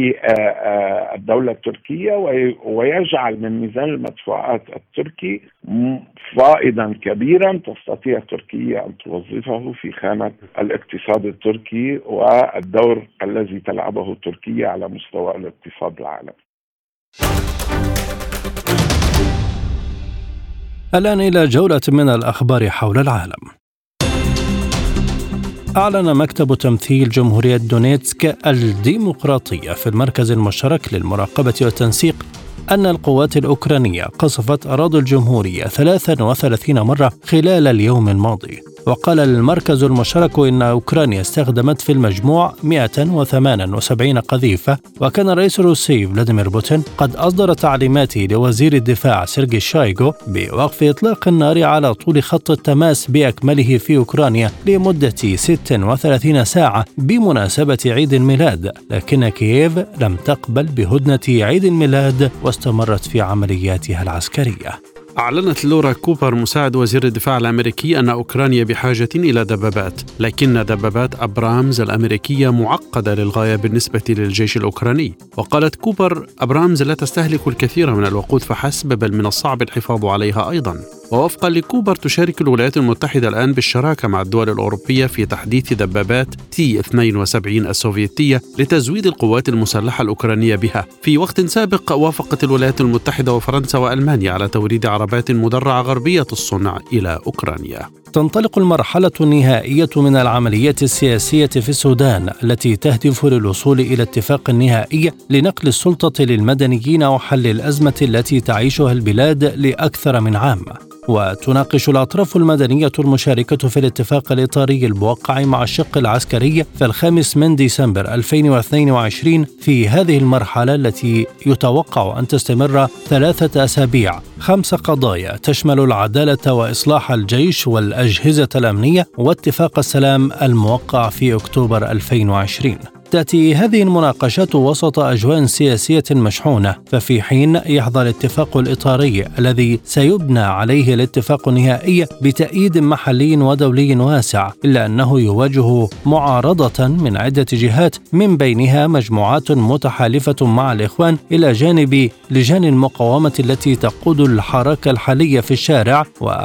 للدولة التركية ويجعل من ميزان المدفوعات التركي فائضا كبيرا تستطيع تركيا أن توظفه في خانة الاقتصاد التركي والدور الذي تلعبه تركيا على مستوى الاقتصاد العالمي. الآن إلى جولة من الأخبار حول العالم. أعلن مكتب تمثيل جمهورية دونيتسك الديمقراطية في المركز المشترك للمراقبة والتنسيق أن القوات الأوكرانية قصفت أراضي الجمهورية ثلاث وثلاثين مرة خلال اليوم الماضي. وقال المركز المشترك إن أوكرانيا استخدمت في المجموع مئة وثمانية وسبعين قذيفة، وكان الرئيس الروسي فلاديمير بوتين قد أصدر تعليماته لوزير الدفاع سيرجي شايغو بوقف إطلاق النار على طول خط التماس بأكمله في أوكرانيا لمدة ست وثلاثين ساعة بمناسبة عيد الميلاد، لكن كييف لم تقبل بهدنة عيد الميلاد واستمرت في عملياتها العسكرية. أعلنت لورا كوبر مساعد وزير الدفاع الأمريكي أن أوكرانيا بحاجة إلى دبابات، لكن دبابات أبرامز الأمريكية معقدة للغاية بالنسبة للجيش الأوكراني. وقالت كوبر: أبرامز لا تستهلك الكثير من الوقود فحسب، بل من الصعب الحفاظ عليها أيضا. ووفقا لكوبر تشارك الولايات المتحدة الآن بالشراكة مع الدول الأوروبية في تحديث دبابات تي اثنين وسبعين السوفيتية لتزويد القوات المسلحة الأوكرانية بها. في وقت سابق وافقت الولايات المتحدة وفرنسا وألمانيا على توريد عربات مدرعة غربية الصنع إلى أوكرانيا. تنطلق المرحلة النهائية من العمليات السياسية في السودان التي تهدف للوصول إلى اتفاق نهائي لنقل السلطة للمدنيين وحل الأزمة التي تعيشها البلاد لأكثر من عام. وتناقش الأطراف المدنية المشاركة في الاتفاق الإطاري الموقع مع الشق العسكري في الخامس من ديسمبر ألفين واثنين وعشرين في هذه المرحلة التي يتوقع أن تستمر ثلاثة أسابيع خمس قضايا تشمل العدالة وإصلاح الجيش والأجهزة الأمنية واتفاق السلام الموقع في أكتوبر ألفين وعشرين. تأتي هذه المناقشات وسط أجواء سياسية مشحونة، ففي حين يحظى الاتفاق الإطاري الذي سيبنى عليه الاتفاق النهائي بتأييد محلي ودولي واسع، إلا أنه يواجه معارضة من عدة جهات، من بينها مجموعات متحالفة مع الإخوان إلى جانب لجان المقاومة التي تقود الحركة الحالية في الشارع،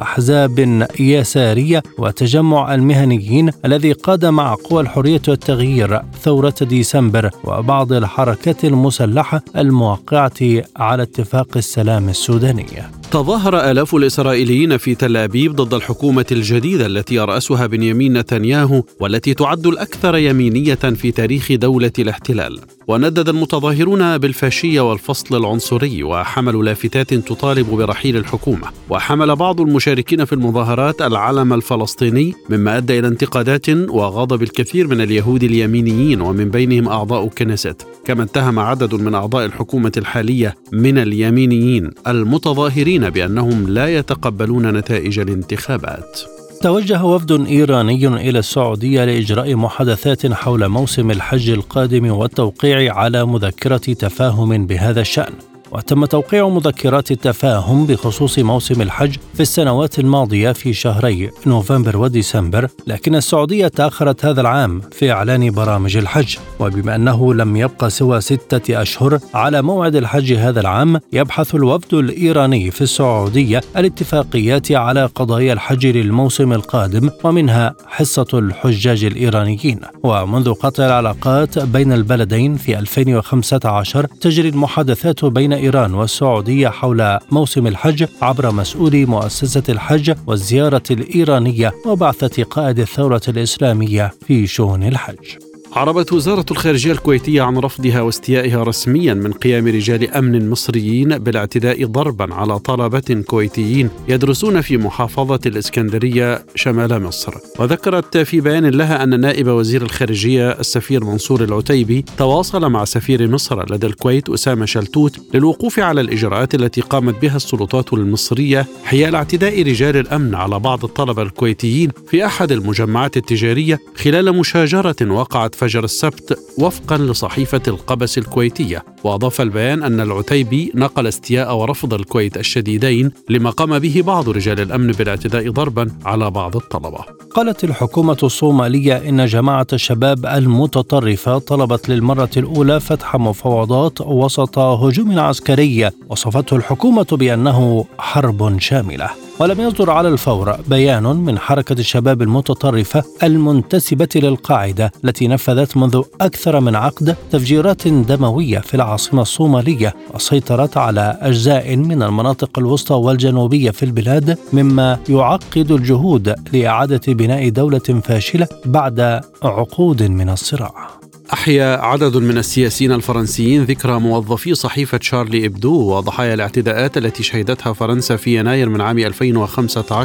وأحزاب يسارية، وتجمع المهنيين الذي قاد مع قوى الحرية والتغيير ثورة ديسمبر، وبعض الحركات المسلحة الموقعة على اتفاق السلام السوداني. تظاهر آلاف الإسرائيليين في تل أبيب ضد الحكومة الجديدة التي يرأسها بنيامين نتنياهو، والتي تعد الأكثر يمينية في تاريخ دولة الاحتلال. وندد المتظاهرون بالفاشية والفصل العنصري، وحملوا لافتات تطالب برحيل الحكومة. وحمل بعض المشاركين في المظاهرات العلم الفلسطيني، مما أدى إلى انتقادات وغضب الكثير من اليهود اليمينيين ومن بينهم أعضاء كنيست. كما اتهم عدد من أعضاء الحكومة الحالية من اليمينيين المتظاهرين بأنهم لا يتقبلون نتائج الانتخابات. توجه وفد إيراني إلى السعودية لإجراء محادثات حول موسم الحج القادم والتوقيع على مذكرة تفاهم بهذا الشأن. وتم توقيع مذكرات التفاهم بخصوص موسم الحج في السنوات الماضية في شهري نوفمبر وديسمبر، لكن السعودية تأخرت هذا العام في إعلان برامج الحج. وبما أنه لم يبقى سوى ستة أشهر على موعد الحج هذا العام، يبحث الوفد الإيراني في السعودية الاتفاقيات على قضايا الحج للموسم القادم، ومنها حصة الحجاج الإيرانيين. ومنذ قطع العلاقات بين البلدين في ألفين وخمسة عشر تجري المحادثات بين إيران والسعودية حول موسم الحج عبر مسؤولي مؤسسة الحج والزيارة الإيرانية وبعثة قائد الثورة الإسلامية في شؤون الحج. عربت وزارة الخارجية الكويتية عن رفضها واستيائها رسميا من قيام رجال أمن مصريين بالاعتداء ضربا على طلبة كويتيين يدرسون في محافظة الإسكندرية شمال مصر. وذكرت في بيان لها أن نائب وزير الخارجية السفير منصور العتيبي تواصل مع سفير مصر لدى الكويت أسامة شلتوت للوقوف على الإجراءات التي قامت بها السلطات المصرية حيال اعتداء رجال الأمن على بعض الطلبة الكويتيين في أحد المجمعات التجارية خلال مشاجرة وقعت فجر السبت وفقا لصحيفة القبس الكويتية. وأضاف البيان أن العتيبي نقل استياء ورفض الكويت الشديدين لما قام به بعض رجال الأمن بالاعتداء ضربا على بعض الطلبة. قالت الحكومة الصومالية إن جماعة الشباب المتطرفة طلبت للمرة الأولى فتح مفاوضات وسط هجوم عسكري وصفته الحكومة بأنه حرب شاملة. ولم يصدر على الفور بيان من حركة الشباب المتطرفة المنتسبة للقاعدة التي نفذت منذ أكثر من عقد تفجيرات دموية في العاصمة الصومالية وسيطرت على أجزاء من المناطق الوسطى والجنوبية في البلاد، مما يعقد الجهود لإعادة بناء دولة فاشلة بعد عقود من الصراع. أحيا عدد من السياسيين الفرنسيين ذكرى موظفي صحيفة شارلي إبدو وضحايا الاعتداءات التي شهدتها فرنسا في يناير من عام ألفين وخمسة عشر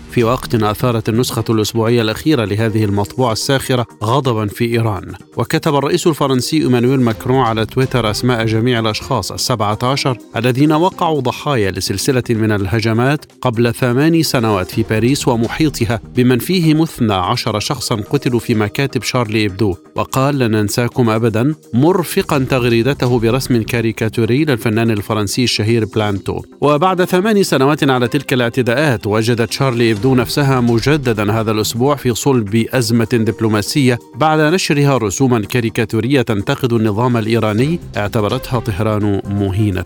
في وقت أثارت النسخة الأسبوعية الأخيرة لهذه المطبوعة الساخرة غضبا في إيران. وكتب الرئيس الفرنسي إيمانويل ماكرون على تويتر أسماء جميع الأشخاص السبعة عشر الذين وقعوا ضحايا لسلسلة من الهجمات قبل ثماني سنوات في باريس ومحيطها، بمن فيهم اثنا عشر شخصا قتلوا في مكاتب شارلي إبدو. وقال: لن ننساكم أبدا، مرفقا تغريدته برسم كاريكاتوري للفنان الفرنسي الشهير بلانتو. وبعد ثماني سنوات على تلك الاعتداءات، وجدت شارلي إبدو نفسها مجددا هذا الأسبوع في صلب أزمة دبلوماسية بعد نشرها رسوما كاريكاتورية تنتقد النظام الإيراني اعتبرتها طهران مهينة.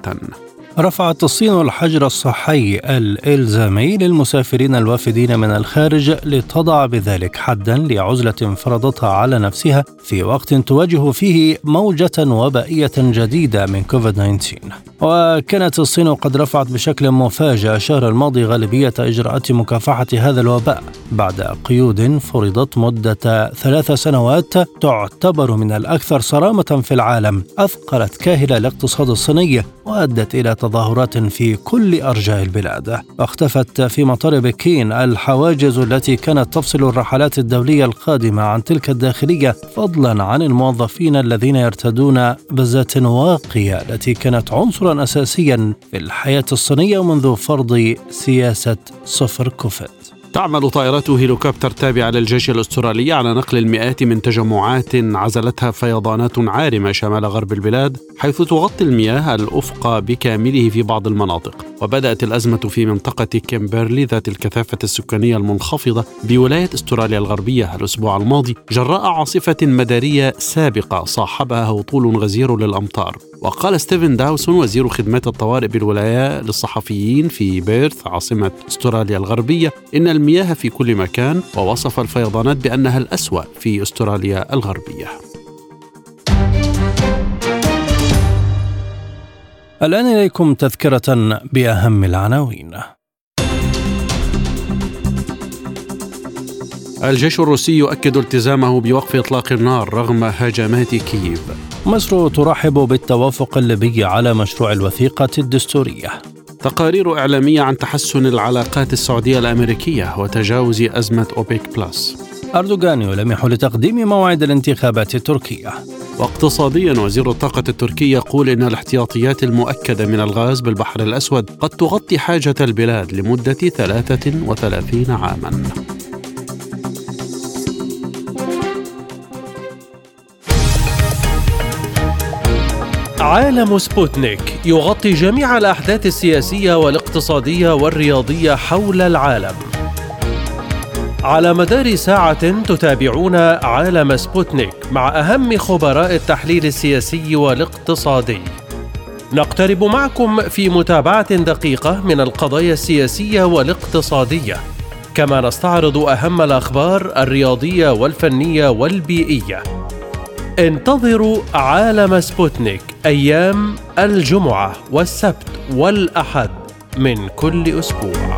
رفعت الصين الحجر الصحي الإلزامي للمسافرين الوافدين من الخارج لتضع بذلك حدا لعزلة فرضتها على نفسها في وقت تواجه فيه موجة وبائية جديدة من كوفيد تسعة عشر. وكانت الصين قد رفعت بشكل مفاجئ الشهر الماضي غالبية إجراءات مكافحة هذا الوباء بعد قيود فرضت مدة ثلاث سنوات تعتبر من الأكثر صرامة في العالم، أثقلت كاهل الاقتصاد الصيني وأدت إلى تظاهرات في كل أرجاء البلاد. واختفت في مطار بكين الحواجز التي كانت تفصل الرحلات الدولية القادمة عن تلك الداخلية، فضلا عن الموظفين الذين يرتدون بزات واقية التي كانت عنصرا أساسيا في الحياة الصينية منذ فرض سياسة صفر كوفيد. تعمل طائرات هليكوبتر تابعة للجيش الأسترالي على نقل المئات من تجمعات عزلتها فيضانات عارمة شمال غرب البلاد، حيث تغطي المياه الأفق بكامله في بعض المناطق. وبدأت الأزمة في منطقة كيمبرلي ذات الكثافة السكانية المنخفضة بولاية أستراليا الغربية الأسبوع الماضي جراء عاصفة مدارية سابقة صاحبها هطول غزير للأمطار. وقال ستيفن داوسون وزير خدمات الطوارئ بالولاية للصحفيين في بيرث عاصمة أستراليا الغربية إن المياه في كل مكان، ووصف الفيضانات بأنها الأسوأ في أستراليا الغربية. الآن إليكم تذكرة بأهم العناوين. الجيش الروسي يؤكد التزامه بوقف إطلاق النار رغم هجمات كييف. مصر ترحب بالتوافق الليبي على مشروع الوثيقة الدستورية. تقارير إعلامية عن تحسن العلاقات السعودية الأمريكية وتجاوز أزمة أوبيك بلس. أردوغان يلمح لتقديم موعد الانتخابات التركية. واقتصاديا، وزير الطاقة التركي يقول إن الاحتياطيات المؤكدة من الغاز بالبحر الأسود قد تغطي حاجة البلاد لمدة ثلاثة وثلاثين عاما. عالم سبوتنيك يغطي جميع الأحداث السياسية والاقتصادية والرياضية حول العالم. على مدار ساعة تتابعون عالم سبوتنيك مع أهم خبراء التحليل السياسي والاقتصادي. نقترب معكم في متابعة دقيقة من القضايا السياسية والاقتصادية، كما نستعرض أهم الأخبار الرياضية والفنية والبيئية. انتظروا عالم سبوتنيك أيام الجمعة والسبت والأحد من كل أسبوع.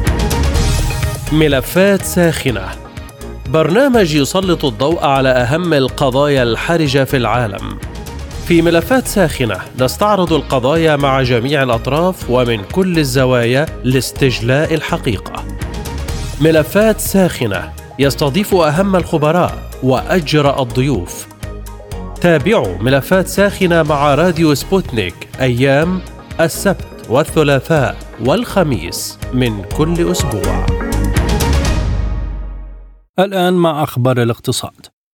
ملفات ساخنة، برنامج يسلط الضوء على أهم القضايا الحرجة في العالم. في ملفات ساخنة نستعرض القضايا مع جميع الأطراف ومن كل الزوايا لاستجلاء الحقيقة. ملفات ساخنة يستضيف أهم الخبراء وأجرأ الضيوف. تابعوا ملفات ساخنة مع راديو سبوتنيك أيام السبت والثلاثاء والخميس من كل أسبوع. الآن مع أخبار الاقتصاد.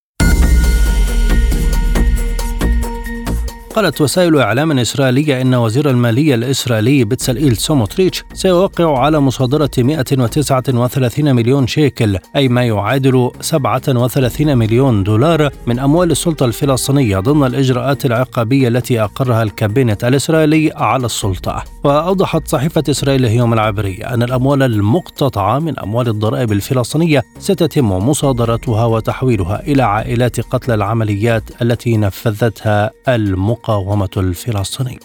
قالت وسائل إعلام إسرائيلية إن وزير المالية الإسرائيلي بتساليل سموتريتش سيوقع على مصادرة مئة وتسعة وثلاثين مليون شيكل، أي ما يعادل سبعة وثلاثين مليون دولار من أموال السلطة الفلسطينية ضمن الإجراءات العقابية التي أقرها الكابينت الإسرائيلي على السلطة. وأوضحت صحيفة إسرائيل اليوم العبرية أن الأموال المقتطعة من أموال الضرائب الفلسطينية ستتم مصادرتها وتحويلها إلى عائلات قتلى العمليات التي نفذتها المقاومة الفلسطينية.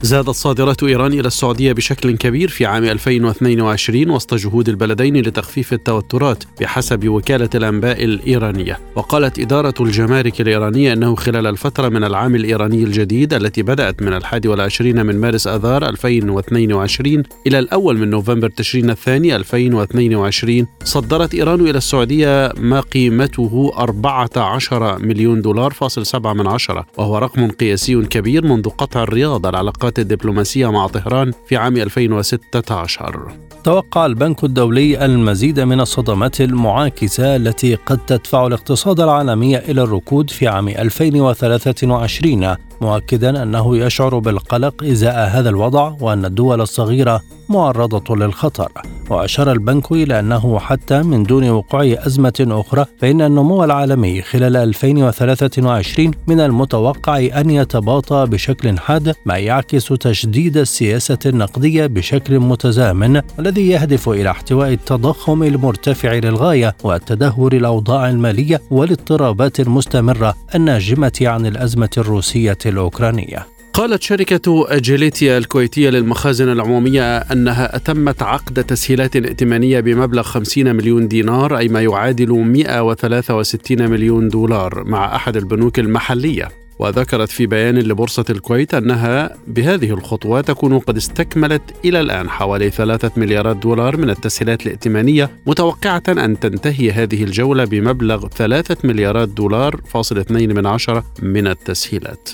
زادت صادرات إيران إلى السعودية بشكل كبير في عام ألفين واثنين وعشرين وسط جهود البلدين لتخفيف التوترات بحسب وكالة الأنباء الإيرانية. وقالت إدارة الجمارك الإيرانية أنه خلال الفترة من العام الإيراني الجديد التي بدأت من الحادي والعشرين من مارس آذار ألفين واثنين وعشرين إلى الأول من نوفمبر تشرين الثاني ألفين واثنين وعشرين صدرت إيران إلى السعودية ما قيمته أربعة عشر مليون دولار فاصل سبعة من عشرة، وهو رقم قياسي كبير منذ قطع الرياض العلاقات الدبلوماسية مع طهران في عام ألفين وستة عشر. توقع البنك الدولي المزيد من الصدمات المعاكسة التي قد تدفع الاقتصاد العالمي إلى الركود في عام ألفين وثلاثة وعشرين، مؤكدا أنه يشعر بالقلق إزاء هذا الوضع وأن الدول الصغيرة معرضة للخطر. وأشار البنك إلى أنه حتى من دون وقوع أزمة أخرى فإن النمو العالمي خلال ألفين وثلاثة وعشرين من المتوقع أن يتباطأ بشكل حاد، ما يعكس تشديد السياسة النقدية بشكل متزامن الذي يهدف إلى احتواء التضخم المرتفع للغاية وتدهور الأوضاع المالية والاضطرابات المستمرة الناجمة عن الأزمة الروسية الأوكرانية. قالت شركة أجيليتيا الكويتية للمخازن العمومية أنها أتمت عقد تسهيلات ائتمانية بمبلغ خمسين مليون دينار، أي ما يعادل مئة وثلاثة وستين مليون دولار، مع أحد البنوك المحلية. وذكرت في بيان لبورصة الكويت أنها بهذه الخطوة تكون قد استكملت إلى الآن حوالي ثلاثة مليارات دولار من التسهيلات الائتمانية، متوقعة أن تنتهي هذه الجولة بمبلغ ثلاثة مليارات دولار فاصل اثنين من عشرة من التسهيلات.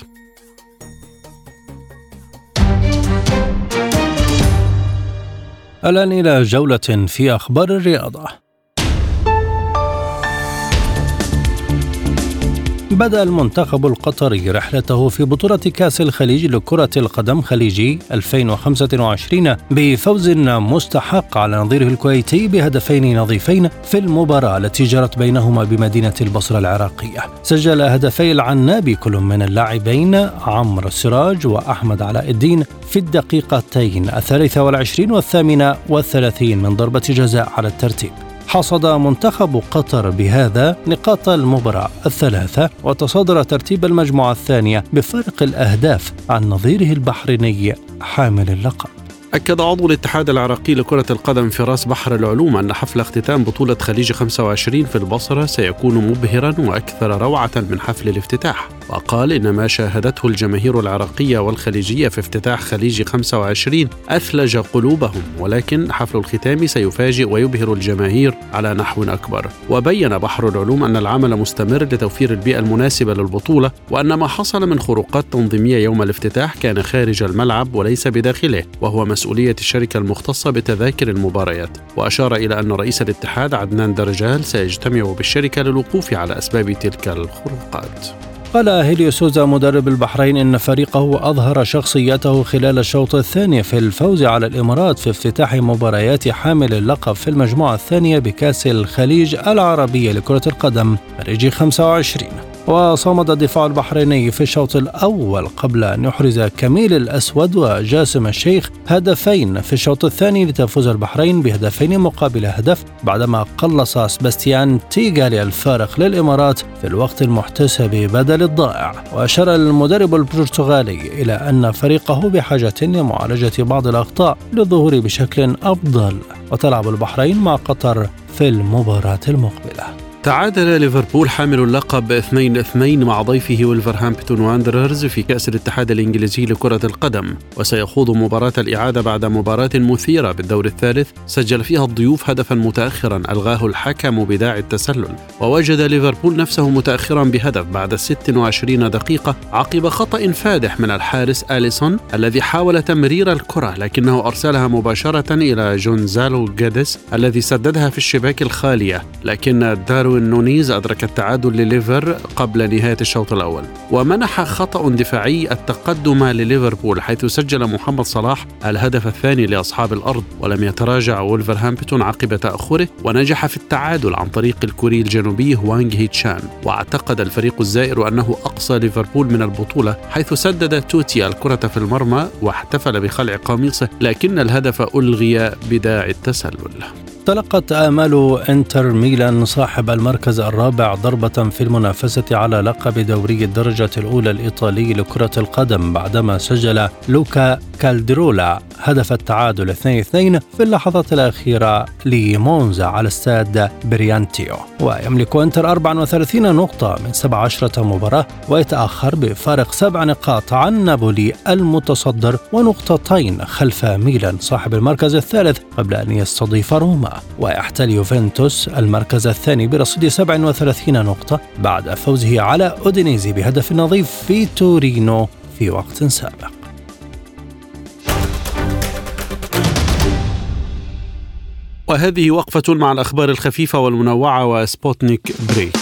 الآن إلى جولة في أخبار الرياضة. بدأ المنتخب القطري رحلته في بطولة كأس الخليج لكرة القدم خليجي ألفين وخمسة وعشرين بفوز مستحق على نظيره الكويتي بهدفين نظيفين في المباراة التي جرت بينهما بمدينة البصرة العراقية. سجل هدفي العنابي كل من اللاعبين عمرو السراج وأحمد علاء الدين في الدقيقتين الثالثة والعشرين والثامنة والثلاثين من ضربة جزاء على الترتيب. حصد منتخب قطر بهذا نقاط المباراة الثلاثة وتصدر ترتيب المجموعة الثانية بفارق الأهداف عن نظيره البحريني حامل اللقب. أكد عضو الاتحاد العراقي لكرة القدم فراس بحر العلوم أن حفل اختتام بطولة خليج خمسة وعشرين في البصرة سيكون مبهرا وأكثر روعة من حفل الافتتاح. وقال إن ما شاهدته الجماهير العراقية والخليجية في افتتاح خليج خمسة وعشرين أثلج قلوبهم، ولكن حفل الختام سيفاجئ ويبهر الجماهير على نحو أكبر. وبين بحر العلوم أن العمل مستمر لتوفير البيئة المناسبة للبطولة، وأن ما حصل من خروقات تنظيمية يوم الافتتاح كان خارج الملعب وليس بداخله، وهو مسؤولية الشركة المختصة بتذاكر المباريات. وأشار إلى أن رئيس الاتحاد عدنان درجال سيجتمع بالشركة للوقوف على أسباب تلك الخروقات. قال هيليو سوزا مدرب البحرين إن فريقه أظهر شخصيته خلال الشوط الثاني في الفوز على الإمارات في افتتاح مباريات حامل اللقب في المجموعة الثانية بكأس الخليج العربية لكرة القدم خليج خمسة وعشرين. وصمد الدفاع البحريني في الشوط الأول قبل أن يحرز كميل الأسود وجاسم الشيخ هدفين في الشوط الثاني لتفوز البحرين بهدفين مقابل هدف، بعدما قلص سباستيان تيغالي الفارق للإمارات في الوقت المحتسب بدل الضائع. وأشار المدرب البرتغالي إلى أن فريقه بحاجة لمعالجة بعض الأخطاء للظهور بشكل أفضل، وتلعب البحرين مع قطر في المباراة المقبلة. تعادل ليفربول حامل اللقب اثنين اثنين مع ضيفه وولفرهامبتون واندررز في كأس الاتحاد الإنجليزي لكرة القدم، وسيخوض مباراة الإعادة بعد مباراة مثيرة بالدور الثالث سجل فيها الضيوف هدفا متأخرا ألغاه الحكم بداعي التسلل. ووجد ليفربول نفسه متأخرا بهدف بعد ست وعشرين دقيقة عقب خطأ فادح من الحارس أليسون الذي حاول تمرير الكرة لكنه أرسلها مباشرة إلى جونزالو جاديس الذي سددها في الشباك الخالية، لكن دارو النونيز أدرك التعادل لليفر قبل نهاية الشوط الأول. ومنح خطأ دفاعي التقدم لليفربول حيث سجل محمد صلاح الهدف الثاني لأصحاب الأرض، ولم يتراجع وولفرهامبتون عقب تأخره ونجح في التعادل عن طريق الكوري الجنوبي هوانغ هي تشان. واعتقد الفريق الزائر أنه أقصى ليفربول من البطولة حيث سدد توتي الكرة في المرمى واحتفل بخلع قميصه، لكن الهدف ألغي بداعي التسلل. تلقت آمال إنتر ميلان صاحب المركز الرابع ضربة في المنافسة على لقب دوري الدرجة الأولى الإيطالي لكرة القدم بعدما سجل لوكا كالديرولا هدف التعادل اثنين اثنين في اللحظات الأخيرة لمونزا على استاد بريانتيو. ويملك إنتر أربعة وثلاثين نقطة من سبع عشرة مباراة، ويتأخر بفارق سبع نقاط عن نابولي المتصدر ونقطتين خلف ميلان صاحب المركز الثالث قبل أن يستضيف روما. ويحتل يوفنتوس المركز الثاني برصيد سبع وثلاثين نقطة بعد فوزه على أودينيزي بهدف نظيف في تورينو في وقت سابق. وهذه وقفة مع الأخبار الخفيفة والمنوعة وسبوتنيك بريك.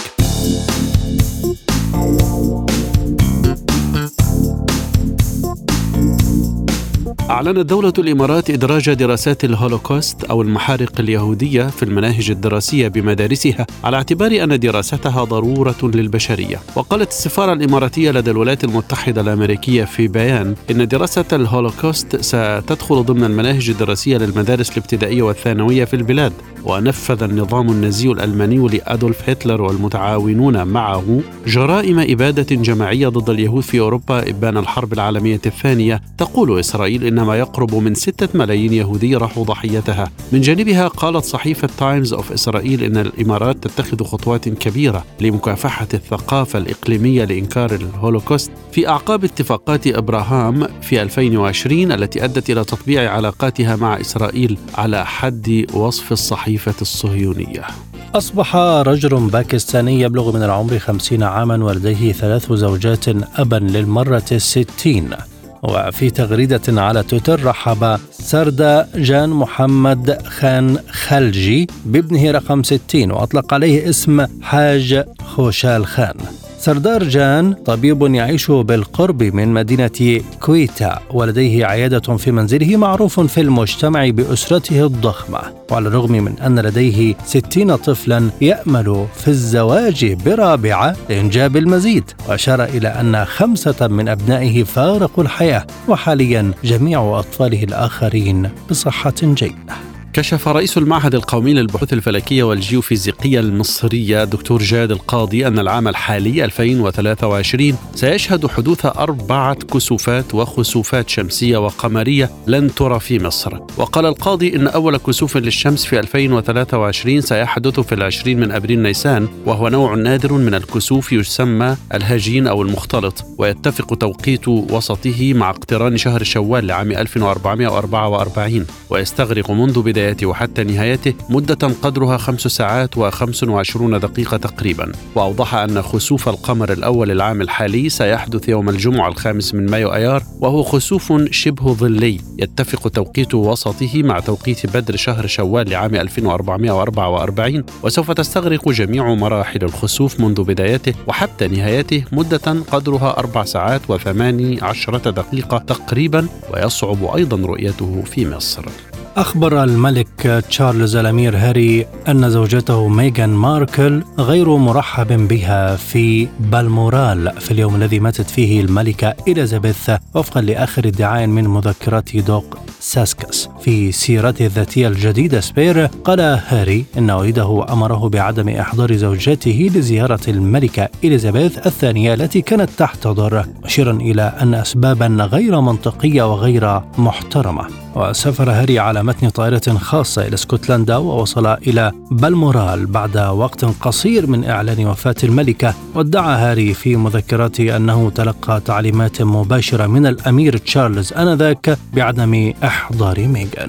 أعلنت دولة الإمارات إدراج دراسات الهولوكوست أو المحارق اليهودية في المناهج الدراسية بمدارسها على اعتبار أن دراستها ضرورة للبشرية. وقالت السفارة الإماراتية لدى الولايات المتحدة الأمريكية في بيان إن دراسة الهولوكوست ستدخل ضمن المناهج الدراسية للمدارس الابتدائية والثانوية في البلاد. ونفذ النظام النازي الألماني لأدولف هتلر والمتعاونون معه جرائم إبادة جماعية ضد اليهود في أوروبا إبان الحرب العالمية الثانية. تقول إسرائيل إن ما يقرب من ستة ملايين يهودي راحوا ضحيتها. من جانبها قالت صحيفة تايمز أوف إسرائيل إن الإمارات تتخذ خطوات كبيرة لمكافحة الثقافة الإقليمية لإنكار الهولوكوست في أعقاب اتفاقات إبراهام في ألفين وعشرين التي أدت إلى تطبيع علاقاتها مع إسرائيل على حد وصف الصحيفة الصهيونية. أصبح رجل باكستاني يبلغ من العمر خمسين عاما ولديه ثلاث زوجات أبا للمرة الستين. وفي تغريدة على تويتر رحب سردا جان محمد خان خلجي بابنه رقم ستين وأطلق عليه اسم حاج خوشال خان. سردار جان طبيب يعيش بالقرب من مدينة كويتا ولديه عيادة في منزله معروف في المجتمع بأسرته الضخمة. وعلى الرغم من أن لديه ستين طفلا يأمل في الزواج برابعة لإنجاب المزيد. وأشار إلى أن خمسة من أبنائه فارقوا الحياة وحاليا جميع أطفاله الآخرين بصحة جيدة. كشف رئيس المعهد القومي للبحوث الفلكية والجيوفيزيقية المصرية دكتور جاد القاضي أن العام الحالي ألفين وثلاثة وعشرين سيشهد حدوث أربعة كسوفات وخسوفات شمسية وقمرية لن ترى في مصر. وقال القاضي إن أول كسوف للشمس في ألفين وثلاثة وعشرين سيحدث في العشرين من أبريل نيسان، وهو نوع نادر من الكسوف يسمى الهجين أو المختلط، ويتفق توقيت وسطه مع اقتران شهر شوال لعام ألف وأربعمائة وأربعة وأربعين، ويستغرق منذ بداية وحتى نهايته مدة قدرها خمس ساعات وخمس وعشرون دقيقة تقريبا. وأوضح أن خسوف القمر الأول العام الحالي سيحدث يوم الجمعة الخامس من مايو أيار، وهو خسوف شبه ظلي يتفق توقيت وسطه مع توقيت بدر شهر شوال لعام ألف وأربعمائة وأربعة وأربعين، وسوف تستغرق جميع مراحل الخسوف منذ بدايته وحتى نهايته مدة قدرها أربع ساعات وثماني عشرة دقيقة تقريبا، ويصعب أيضا رؤيته في مصر. أخبر الملك تشارلز الأمير هاري أن زوجته ميغان ماركل غير مرحب بها في بالمورال في اليوم الذي ماتت فيه الملكة إليزابيث، وفقا لآخر ادعاء من مذكرات دوق ساسكس. في سيرته الذاتية الجديدة سبير قال هاري إن والده أمره بعدم إحضار زوجته لزيارة الملكة إليزابيث الثانية التي كانت تحتضر، مشيرا إلى أن أسبابا غير منطقية وغير محترمة. وسافر هاري على متن طائرة خاصة إلى اسكتلندا ووصل إلى بالمورال بعد وقت قصير من إعلان وفاة الملكة. وادعى هاري في مذكراته أنه تلقى تعليمات مباشرة من الأمير تشارلز آنذاك بعدم إحضار ميغان.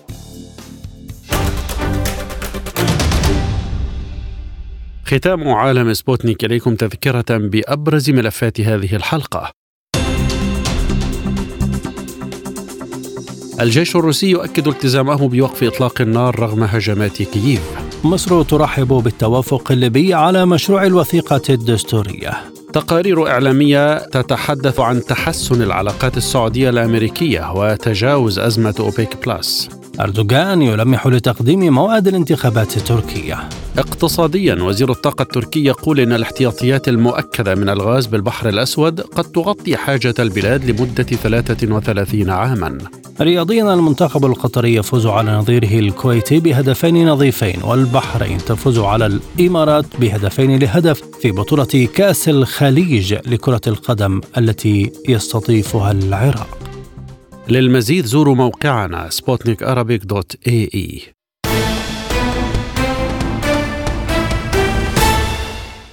ختام عالم سبوتنيك إليكم تذكرة بأبرز ملفات هذه الحلقة. الجيش الروسي يؤكد التزامه بوقف إطلاق النار رغم هجمات كييف. مصر ترحب بالتوافق الليبي على مشروع الوثيقة الدستورية. تقارير إعلامية تتحدث عن تحسن العلاقات السعودية الأمريكية وتجاوز أزمة أوبيك بلاس. أردوغان يلمح لتقديم موعد الانتخابات التركية. اقتصاديا، وزير الطاقة التركي يقول إن الاحتياطيات المؤكدة من الغاز بالبحر الأسود قد تغطي حاجة البلاد لمدة ثلاثة وثلاثين عاما. رياضيا، المنتخب القطري يفوز على نظيره الكويتي بهدفين نظيفين، والبحرين تفوز على الإمارات بهدفين لهدف في بطولة كأس الخليج لكرة القدم التي يستضيفها العراق. للمزيد زوروا موقعنا سبوتنيك أرابيك دوت إيه إي.